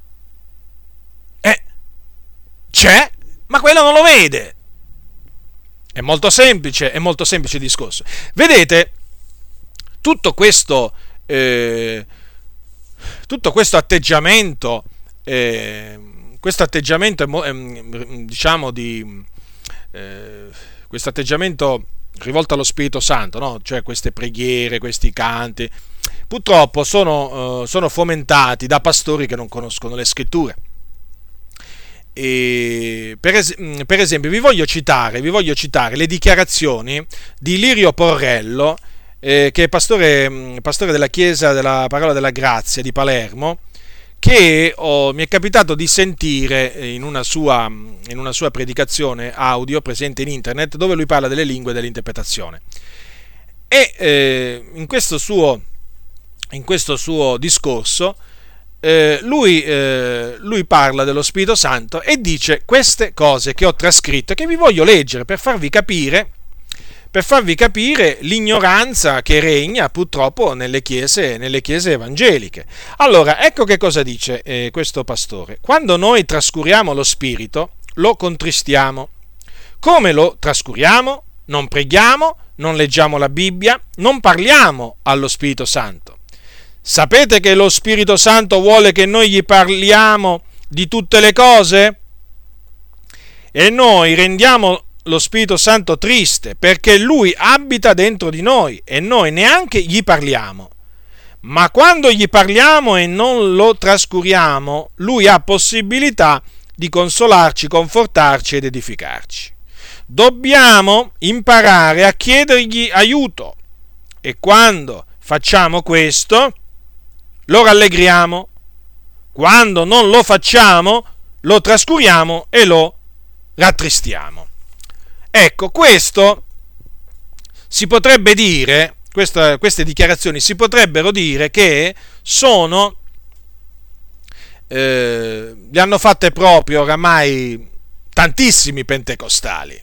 [SPEAKER 1] Eh, c'è, ma quello non lo vede. È molto semplice, è molto semplice il discorso. Vedete, tutto questo, eh, tutto questo atteggiamento, eh, questo atteggiamento, eh, diciamo di, eh, questo atteggiamento rivolto allo Spirito Santo, no? Cioè queste preghiere, questi canti, purtroppo sono, uh, sono fomentati da pastori che non conoscono le Scritture. E per, es- per esempio vi voglio citare, vi voglio citare le dichiarazioni di Lirio Porrello, eh, che è pastore, pastore della Chiesa della Parola della Grazia di Palermo, che oh, mi è capitato di sentire in una, sua, in una sua predicazione audio presente in internet, dove lui parla delle lingue e dell'interpretazione. E eh, in, questo suo, in questo suo discorso eh, lui, eh, lui parla dello Spirito Santo e dice queste cose che ho trascritto, che vi voglio leggere per farvi capire per farvi capire l'ignoranza che regna purtroppo nelle chiese, nelle chiese evangeliche. Allora, ecco che cosa dice eh, questo pastore. Quando noi trascuriamo lo Spirito, lo contristiamo. Come lo trascuriamo? Non preghiamo, non leggiamo la Bibbia, non parliamo allo Spirito Santo. Sapete che lo Spirito Santo vuole che noi gli parliamo di tutte le cose? E noi rendiamo lo Spirito Santo triste perché lui abita dentro di noi e noi neanche gli parliamo. Ma quando gli parliamo e non lo trascuriamo, lui ha possibilità di consolarci, confortarci ed edificarci. Dobbiamo imparare a chiedergli aiuto e quando facciamo questo lo rallegriamo. Quando non lo facciamo lo trascuriamo e lo rattristiamo. Ecco, questo si potrebbe dire, questa, queste dichiarazioni si potrebbero dire che sono, eh, le hanno fatte proprio oramai tantissimi pentecostali.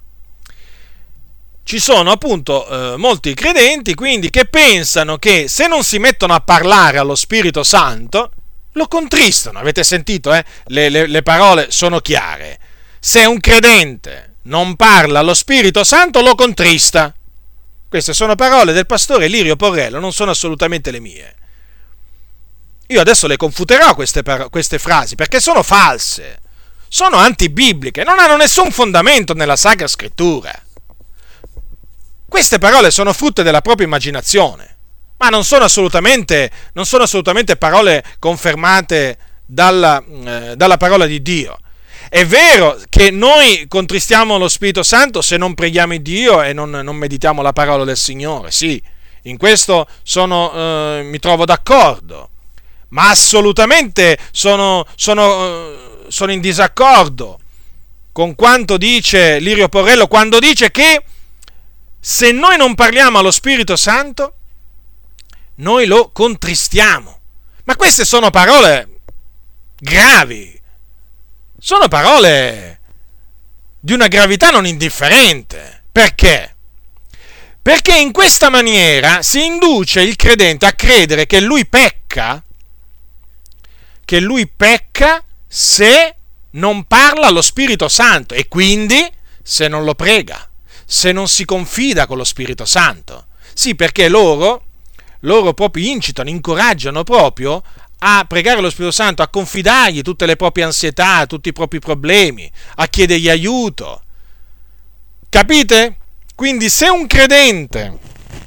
[SPEAKER 1] Ci sono appunto eh, molti credenti quindi che pensano che se non si mettono a parlare allo Spirito Santo lo contristano. Avete sentito? Eh? Le, le, le parole sono chiare. Se un credente non parla allo Spirito Santo lo contrista. Queste sono parole del pastore Lirio Porrello, non sono assolutamente le mie. Io adesso le confuterò queste, par- queste frasi perché sono false, sono antibibliche, non hanno nessun fondamento nella Sacra Scrittura. Queste parole sono frutto della propria immaginazione, ma non sono assolutamente, non sono assolutamente parole confermate dalla, eh, dalla parola di Dio. È vero che noi contristiamo lo Spirito Santo se non preghiamo Dio e non, non meditiamo la parola del Signore, sì, in questo sono, eh, mi trovo d'accordo, ma assolutamente sono, sono, eh, sono in disaccordo con quanto dice Lirio Porrello quando dice che se noi non parliamo allo Spirito Santo, noi lo contristiamo. Ma queste sono parole gravi. Sono parole di una gravità non indifferente. Perché? Perché in questa maniera si induce il credente a credere che lui pecca, che lui pecca se non parla allo Spirito Santo e quindi se non lo prega, se non si confida con lo Spirito Santo. Sì, perché loro, loro proprio incitano, incoraggiano proprio a pregare lo Spirito Santo, a confidargli tutte le proprie ansietà, tutti i propri problemi, a chiedergli aiuto. Capite? Quindi se un credente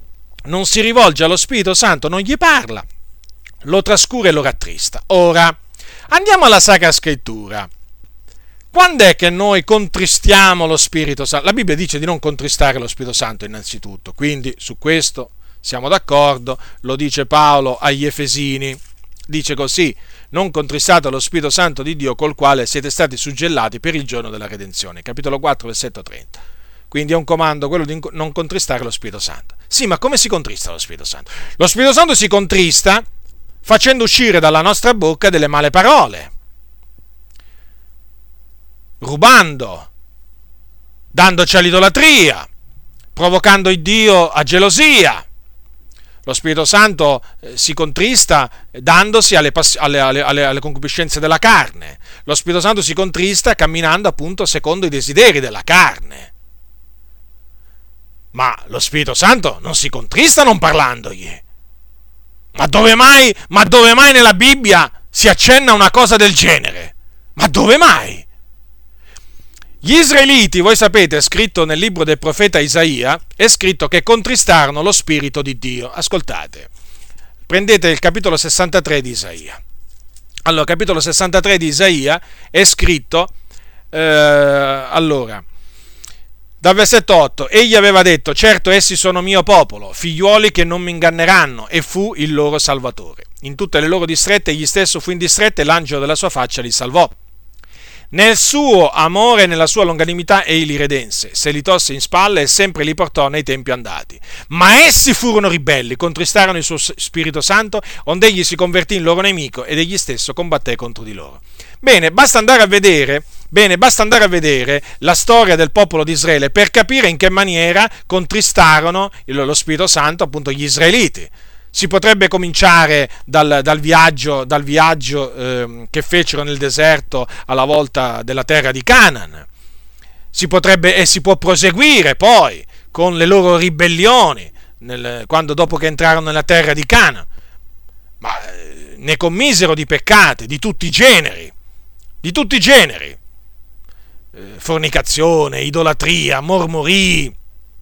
[SPEAKER 1] non si rivolge allo Spirito Santo, non gli parla, lo trascura e lo rattrista. Ora, andiamo alla Sacra Scrittura. Quando è che noi contristiamo lo Spirito Santo? La Bibbia dice di non contristare lo Spirito Santo innanzitutto, quindi su questo siamo d'accordo, lo dice Paolo agli Efesini, dice così: non contristate lo Spirito Santo di Dio col quale siete stati suggellati per il giorno della redenzione, capitolo quattro, versetto trenta. Quindi è un comando quello di non contristare lo Spirito Santo. Sì, ma come si contrista lo Spirito Santo? Lo Spirito Santo si contrista facendo uscire dalla nostra bocca delle male parole, rubando, dandoci all'idolatria, provocando il Dio a gelosia. Lo Spirito Santo eh, si contrista dandosi alle, pass- alle, alle, alle, alle concupiscenze della carne. Lo Spirito Santo si contrista camminando appunto secondo i desideri della carne. Ma lo Spirito Santo non si contrista non parlandogli. Ma dove mai, ma dove mai nella Bibbia si accenna una cosa del genere? Ma dove mai? Gli israeliti, voi sapete, è scritto nel libro del profeta Isaia, è scritto che contristarono lo Spirito di Dio. Ascoltate, prendete il capitolo sessantatré di Isaia. Allora, capitolo sessantatré di Isaia è scritto, eh, allora, dal versetto otto: egli aveva detto, certo essi sono mio popolo, figliuoli che non mi inganneranno, e fu il loro salvatore. In tutte le loro distrette egli stesso fu in distretta e l'angelo della sua faccia li salvò. Nel suo amore e nella sua longanimità egli li redense, se li tosse in spalle e sempre li portò nei tempi andati. Ma essi furono ribelli, contristarono il suo Spirito Santo, onde egli si convertì in loro nemico ed egli stesso combatté contro di loro. Bene, basta andare a vedere, bene, basta andare a vedere la storia del popolo di Israele per capire in che maniera contristarono lo Spirito Santo appunto gli israeliti. Si potrebbe cominciare dal, dal viaggio, dal viaggio eh, che fecero nel deserto alla volta della terra di Canaan. Si potrebbe e si può proseguire poi con le loro ribellioni, nel, quando dopo che entrarono nella terra di Canaan. Ma eh, ne commisero di peccati, di tutti i generi, di tutti i generi. Eh, fornicazione, idolatria, mormorii,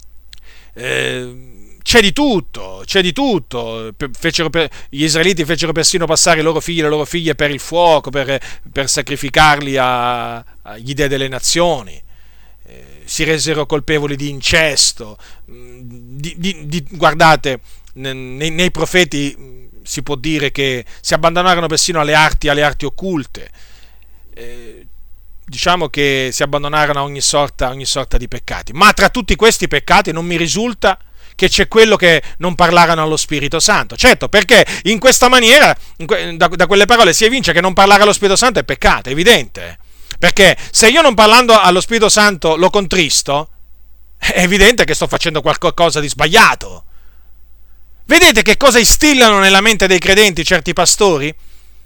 [SPEAKER 1] eh, C'è di tutto, c'è di tutto. Fecero per, gli israeliti fecero persino passare i loro figli e le loro figlie per il fuoco, per, per sacrificarli a, agli dei delle nazioni. Eh, si resero colpevoli di incesto. Di, di, di, guardate, nei, nei profeti si può dire che si abbandonarono persino alle arti, alle arti occulte. Eh, diciamo che si abbandonarono a ogni sorta, ogni sorta di peccati. Ma tra tutti questi peccati non mi risulta che c'è quello che non parlarono allo Spirito Santo. Certo, perché in questa maniera, in que- da, da quelle parole si evince che non parlare allo Spirito Santo è peccato, è evidente. Perché se io non parlando allo Spirito Santo lo contristo, è evidente che sto facendo qualcosa di sbagliato. Vedete che cosa instillano nella mente dei credenti certi pastori?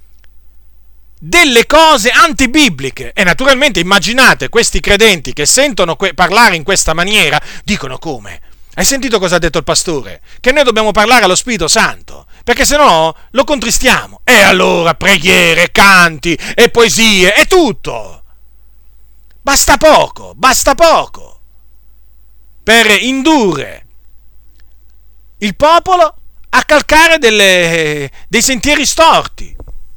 [SPEAKER 1] Delle cose antibibliche. E naturalmente immaginate questi credenti che sentono que- parlare in questa maniera, dicono: come? Hai sentito cosa ha detto il pastore? Che noi dobbiamo parlare allo Spirito Santo, perché se no lo contristiamo. E allora preghiere, canti e poesie e tutto. Basta poco, basta poco per indurre il popolo a calcare delle, dei sentieri storti.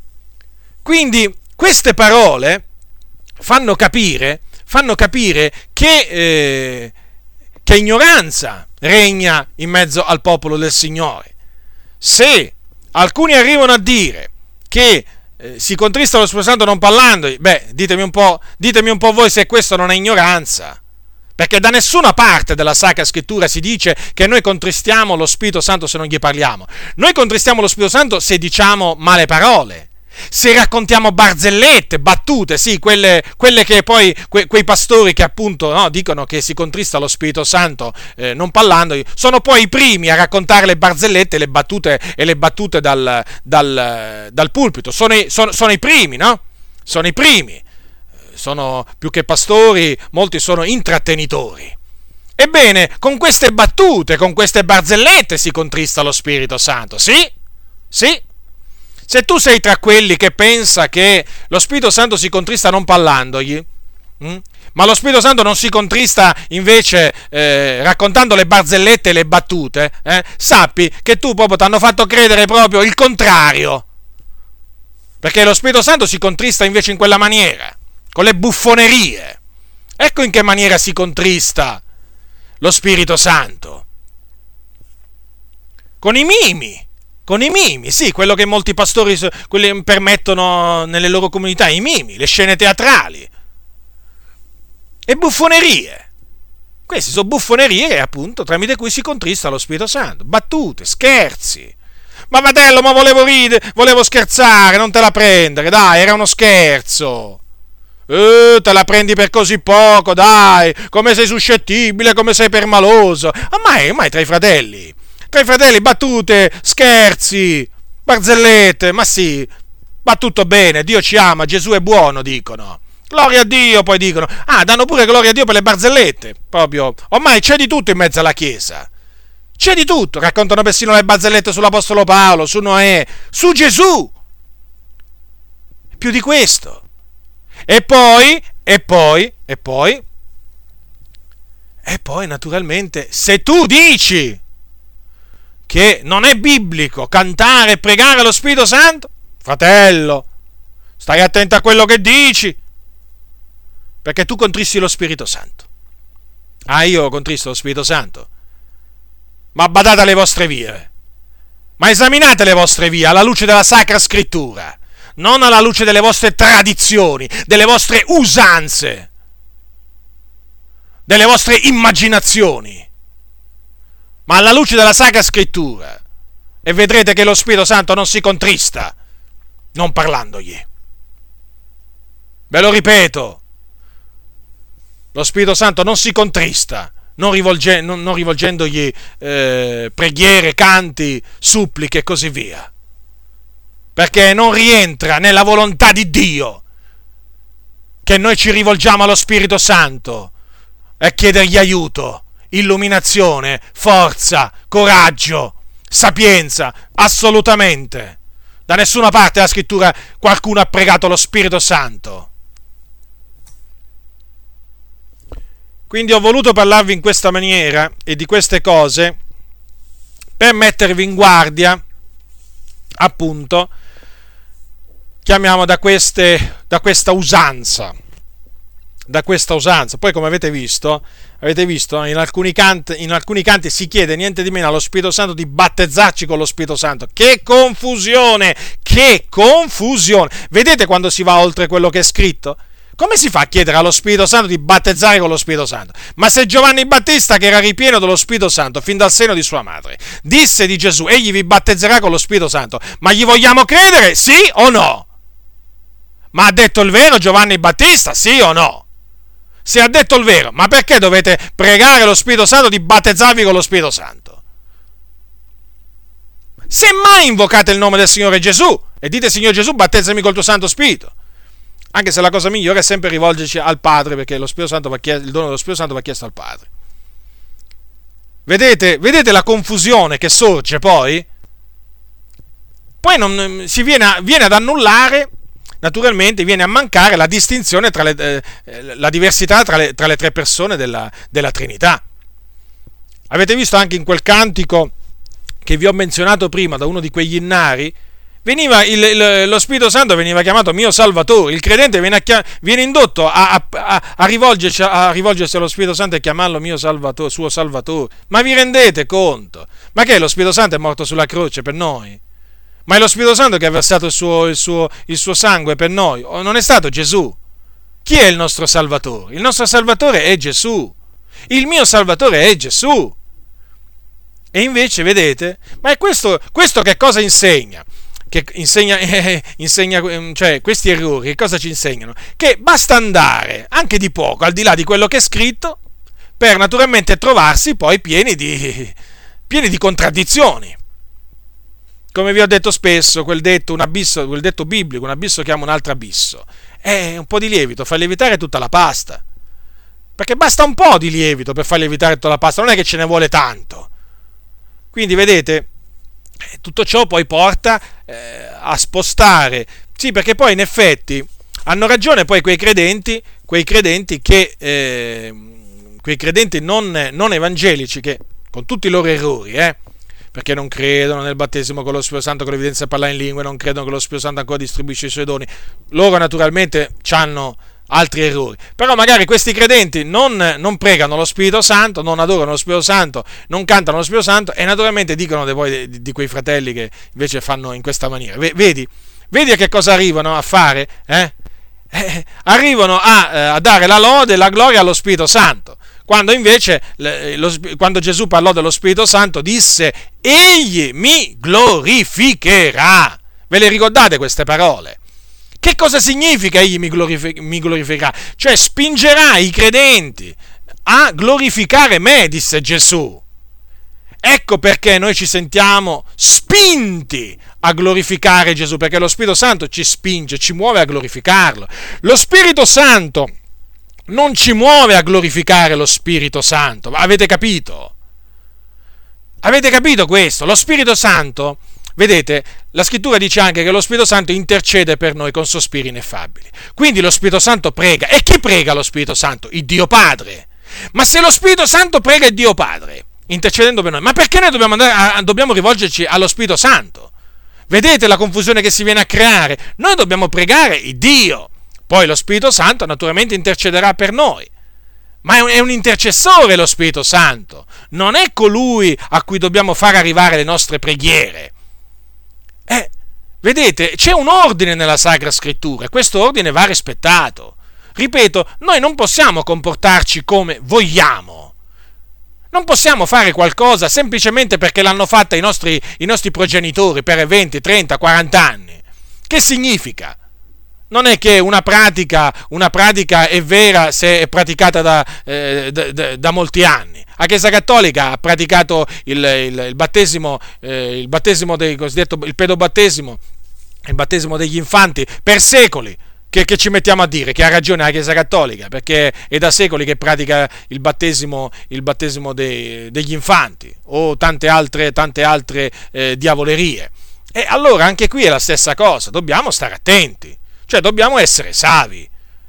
[SPEAKER 1] Quindi queste parole fanno capire, fanno capire che, eh, che ignoranza regna in mezzo al popolo del Signore. Se alcuni arrivano a dire che eh, si contrista lo Spirito Santo non parlando, beh, ditemi un po', ditemi un po' voi se questo non è ignoranza. Perché da nessuna parte della Sacra Scrittura si dice che noi contristiamo lo Spirito Santo se non gli parliamo. Noi contristiamo lo Spirito Santo se diciamo male parole, se raccontiamo barzellette, battute, sì, quelle, quelle che poi, que, quei pastori che appunto no, dicono che si contrista lo Spirito Santo eh, non parlando, sono poi i primi a raccontare le barzellette e le battute, e le battute dal, dal, dal pulpito, sono i, sono, sono i primi, no? Sono i primi, sono più che pastori, molti sono intrattenitori. Ebbene, con queste battute, con queste barzellette si contrista lo Spirito Santo, sì? Sì? Se tu sei tra quelli che pensa che lo Spirito Santo si contrista non parlandogli, mh? Ma lo Spirito Santo non si contrista invece eh, raccontando le barzellette e le battute, eh? Sappi che tu proprio ti hanno fatto credere proprio il contrario, perché lo Spirito Santo si contrista invece in quella maniera, con le buffonerie. Ecco in che maniera si contrista lo Spirito Santo. Con i mimi, con i mimi, sì, quello che molti pastori quelli permettono nelle loro comunità, i mimi, le scene teatrali e buffonerie. Queste sono buffonerie, appunto, tramite cui si contrista lo Spirito Santo. Battute, scherzi. Ma fratello, ma volevo ridere, volevo scherzare, non te la prendere, dai, era uno scherzo. Eh, te la prendi per così poco, dai, come sei suscettibile, come sei permaloso. Ormai, ormai tra i fratelli, tra i fratelli, battute, scherzi, barzellette, ma sì, va tutto bene, Dio ci ama, Gesù è buono, dicono. Gloria a Dio, poi dicono. Ah, danno pure gloria a Dio per le barzellette, proprio. Ormai c'è di tutto in mezzo alla Chiesa. C'è di tutto, raccontano persino le barzellette sull'Apostolo Paolo, su Noè, su Gesù. Più di questo. E poi, e poi, e poi, e poi naturalmente, se tu dici che non è biblico cantare e pregare lo Spirito Santo, fratello, stai attento a quello che dici, perché tu contristi lo Spirito Santo. Ah, io contristo lo Spirito Santo? Ma badate alle vostre vie, ma esaminate le vostre vie alla luce della Sacra Scrittura, non alla luce delle vostre tradizioni, delle vostre usanze, delle vostre immaginazioni, ma alla luce della Sacra Scrittura, e vedrete che lo Spirito Santo non si contrista non parlandogli. Ve lo ripeto, lo Spirito Santo non si contrista non, rivolge, non, non rivolgendogli eh, preghiere, canti, suppliche e così via, perché non rientra nella volontà di Dio che noi ci rivolgiamo allo Spirito Santo e chiedergli aiuto, illuminazione, forza, coraggio, sapienza. Assolutamente. Da nessuna parte della Scrittura qualcuno ha pregato lo Spirito Santo. Quindi ho voluto parlarvi in questa maniera e di queste cose per mettervi in guardia, appunto, chiamiamo da queste, da questa usanza, da questa usanza. Poi, come avete visto, avete visto in alcuni canti, in alcuni canti si chiede niente di meno allo Spirito Santo di battezzarci con lo Spirito Santo. Che confusione, che confusione! Vedete quando si va oltre quello che è scritto? Come si fa a chiedere allo Spirito Santo di battezzare con lo Spirito Santo? Ma se Giovanni Battista, che era ripieno dello Spirito Santo fin dal seno di sua madre, disse di Gesù, egli vi battezzerà con lo Spirito Santo, ma gli vogliamo credere, sì o no? Ma ha detto il vero Giovanni Battista, sì o no? Se ha detto il vero, ma perché dovete pregare lo Spirito Santo di battezzarvi con lo Spirito Santo? Semmai invocate il nome del Signore Gesù e dite, Signore Gesù, battezzami col tuo Santo Spirito. Anche se la cosa migliore è sempre rivolgerci al Padre, perché lo Spirito Santo va chiesto, il dono dello Spirito Santo va chiesto al Padre. Vedete, vedete la confusione che sorge poi? Poi non, si viene, a, viene ad annullare, naturalmente viene a mancare la distinzione tra le, eh, la diversità tra le, tra le tre persone della, della Trinità. Avete visto anche in quel cantico che vi ho menzionato prima, da uno di quegli innari, veniva il, il, lo Spirito Santo veniva chiamato mio Salvatore. Il credente viene, a, viene indotto a, a, a, rivolgersi, a rivolgersi allo Spirito Santo e chiamarlo mio Salvatore, suo Salvatore. Ma vi rendete conto? Ma che lo Spirito Santo è morto sulla croce per noi? Ma è lo Spirito Santo che ha versato il suo, il suo, il suo sangue per noi? O non è stato Gesù? Chi è il nostro Salvatore? Il nostro Salvatore è Gesù. Il mio Salvatore è Gesù. E invece, vedete, ma è questo, questo che cosa insegna? Che insegna, eh, insegna, cioè questi errori che cosa ci insegnano? Che basta andare anche di poco al di là di quello che è scritto per naturalmente trovarsi poi pieni di, pieni di contraddizioni. Come vi ho detto spesso, quel detto, un abisso, quel detto biblico, un abisso chiama un altro abisso. È un po' di lievito fa lievitare tutta la pasta, perché basta un po' di lievito per far lievitare tutta la pasta, non è che ce ne vuole tanto. Quindi vedete, tutto ciò poi porta eh, a spostare, sì, perché poi in effetti hanno ragione poi quei credenti quei credenti che eh, quei credenti non, non evangelici che, con tutti i loro errori, eh, perché non credono nel battesimo con lo Spirito Santo, con l'evidenza di parlare in lingue, non credono che lo Spirito Santo ancora distribuisce i suoi doni, loro naturalmente hanno altri errori, però magari questi credenti non, non pregano lo Spirito Santo, non adorano lo Spirito Santo, non cantano lo Spirito Santo e naturalmente dicono di, poi di, di quei fratelli che invece fanno in questa maniera. Vedi, vedi a che cosa arrivano a fare? Eh? Eh, arrivano a, eh, a dare la lode e la gloria allo Spirito Santo, quando invece lo, quando Gesù parlò dello Spirito Santo disse: egli mi glorificherà. Ve le ricordate queste parole? Che cosa significa egli mi, glorific- mi glorificherà? Cioè spingerà i credenti a glorificare me, disse Gesù. Ecco perché noi ci sentiamo spinti a glorificare Gesù, perché lo Spirito Santo ci spinge, ci muove a glorificarlo. Lo Spirito Santo non ci muove a glorificare lo Spirito Santo, avete capito? Avete capito questo? Lo Spirito Santo, vedete, la Scrittura dice anche che lo Spirito Santo intercede per noi con sospiri ineffabili. Quindi lo Spirito Santo prega. E chi prega lo Spirito Santo? Il Dio Padre. Ma se lo Spirito Santo prega il Dio Padre, intercedendo per noi, ma perché noi dobbiamo, andare a, dobbiamo rivolgerci allo Spirito Santo? Vedete la confusione che si viene a creare? Noi dobbiamo pregare il Dio. Poi lo Spirito Santo naturalmente intercederà per noi. Ma è un, è un intercessore lo Spirito Santo. Non è colui a cui dobbiamo far arrivare le nostre preghiere. Eh, vedete, c'è un ordine nella Sacra Scrittura e questo ordine va rispettato. Ripeto, noi non possiamo comportarci come vogliamo. Non possiamo fare qualcosa semplicemente perché l'hanno fatta i nostri, i nostri progenitori per venti, trenta, quaranta anni. Che significa? Non è che una pratica, una pratica è vera se è praticata da, eh, da, da molti anni. La Chiesa Cattolica ha praticato il, il, il battesimo, eh, il battesimo dei cosiddetto il pedobattesimo, il battesimo degli infanti per secoli. Che, che ci mettiamo a dire? Che ha ragione la Chiesa Cattolica, perché è da secoli che pratica il battesimo, il battesimo dei, degli infanti o tante altre, tante altre eh, diavolerie. E allora anche qui è la stessa cosa, dobbiamo stare attenti. Cioè dobbiamo essere savi.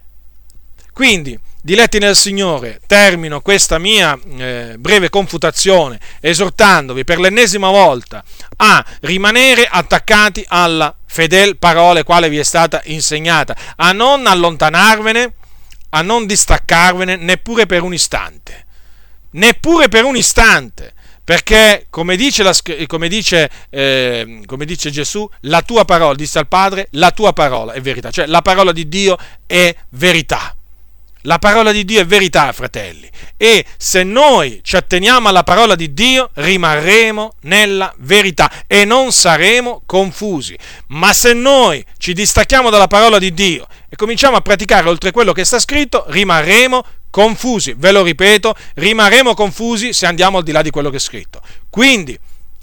[SPEAKER 1] Quindi, diletti nel Signore, termino questa mia eh, breve confutazione esortandovi per l'ennesima volta a rimanere attaccati alla fedel parola quale vi è stata insegnata, a non allontanarvene, a non distaccarvene neppure per un istante. Neppure per un istante. Perché, come dice, la, come, dice, eh, come dice Gesù, la tua parola, disse al Padre, la tua parola è verità. Cioè, la parola di Dio è verità. La parola di Dio è verità, fratelli. E se noi ci atteniamo alla parola di Dio, rimarremo nella verità e non saremo confusi. Ma se noi ci distacchiamo dalla parola di Dio e cominciamo a praticare oltre quello che sta scritto, rimarremo confusi. Ve lo ripeto, rimarremo confusi se andiamo al di là di quello che è scritto. Quindi,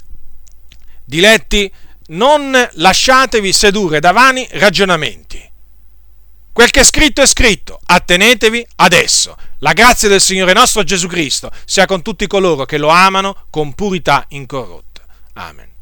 [SPEAKER 1] diletti, non lasciatevi sedurre da vani ragionamenti. Quel che è scritto è scritto, attenetevi ad esso. La grazia del Signore nostro Gesù Cristo sia con tutti coloro che lo amano con purità incorrotta. Amen.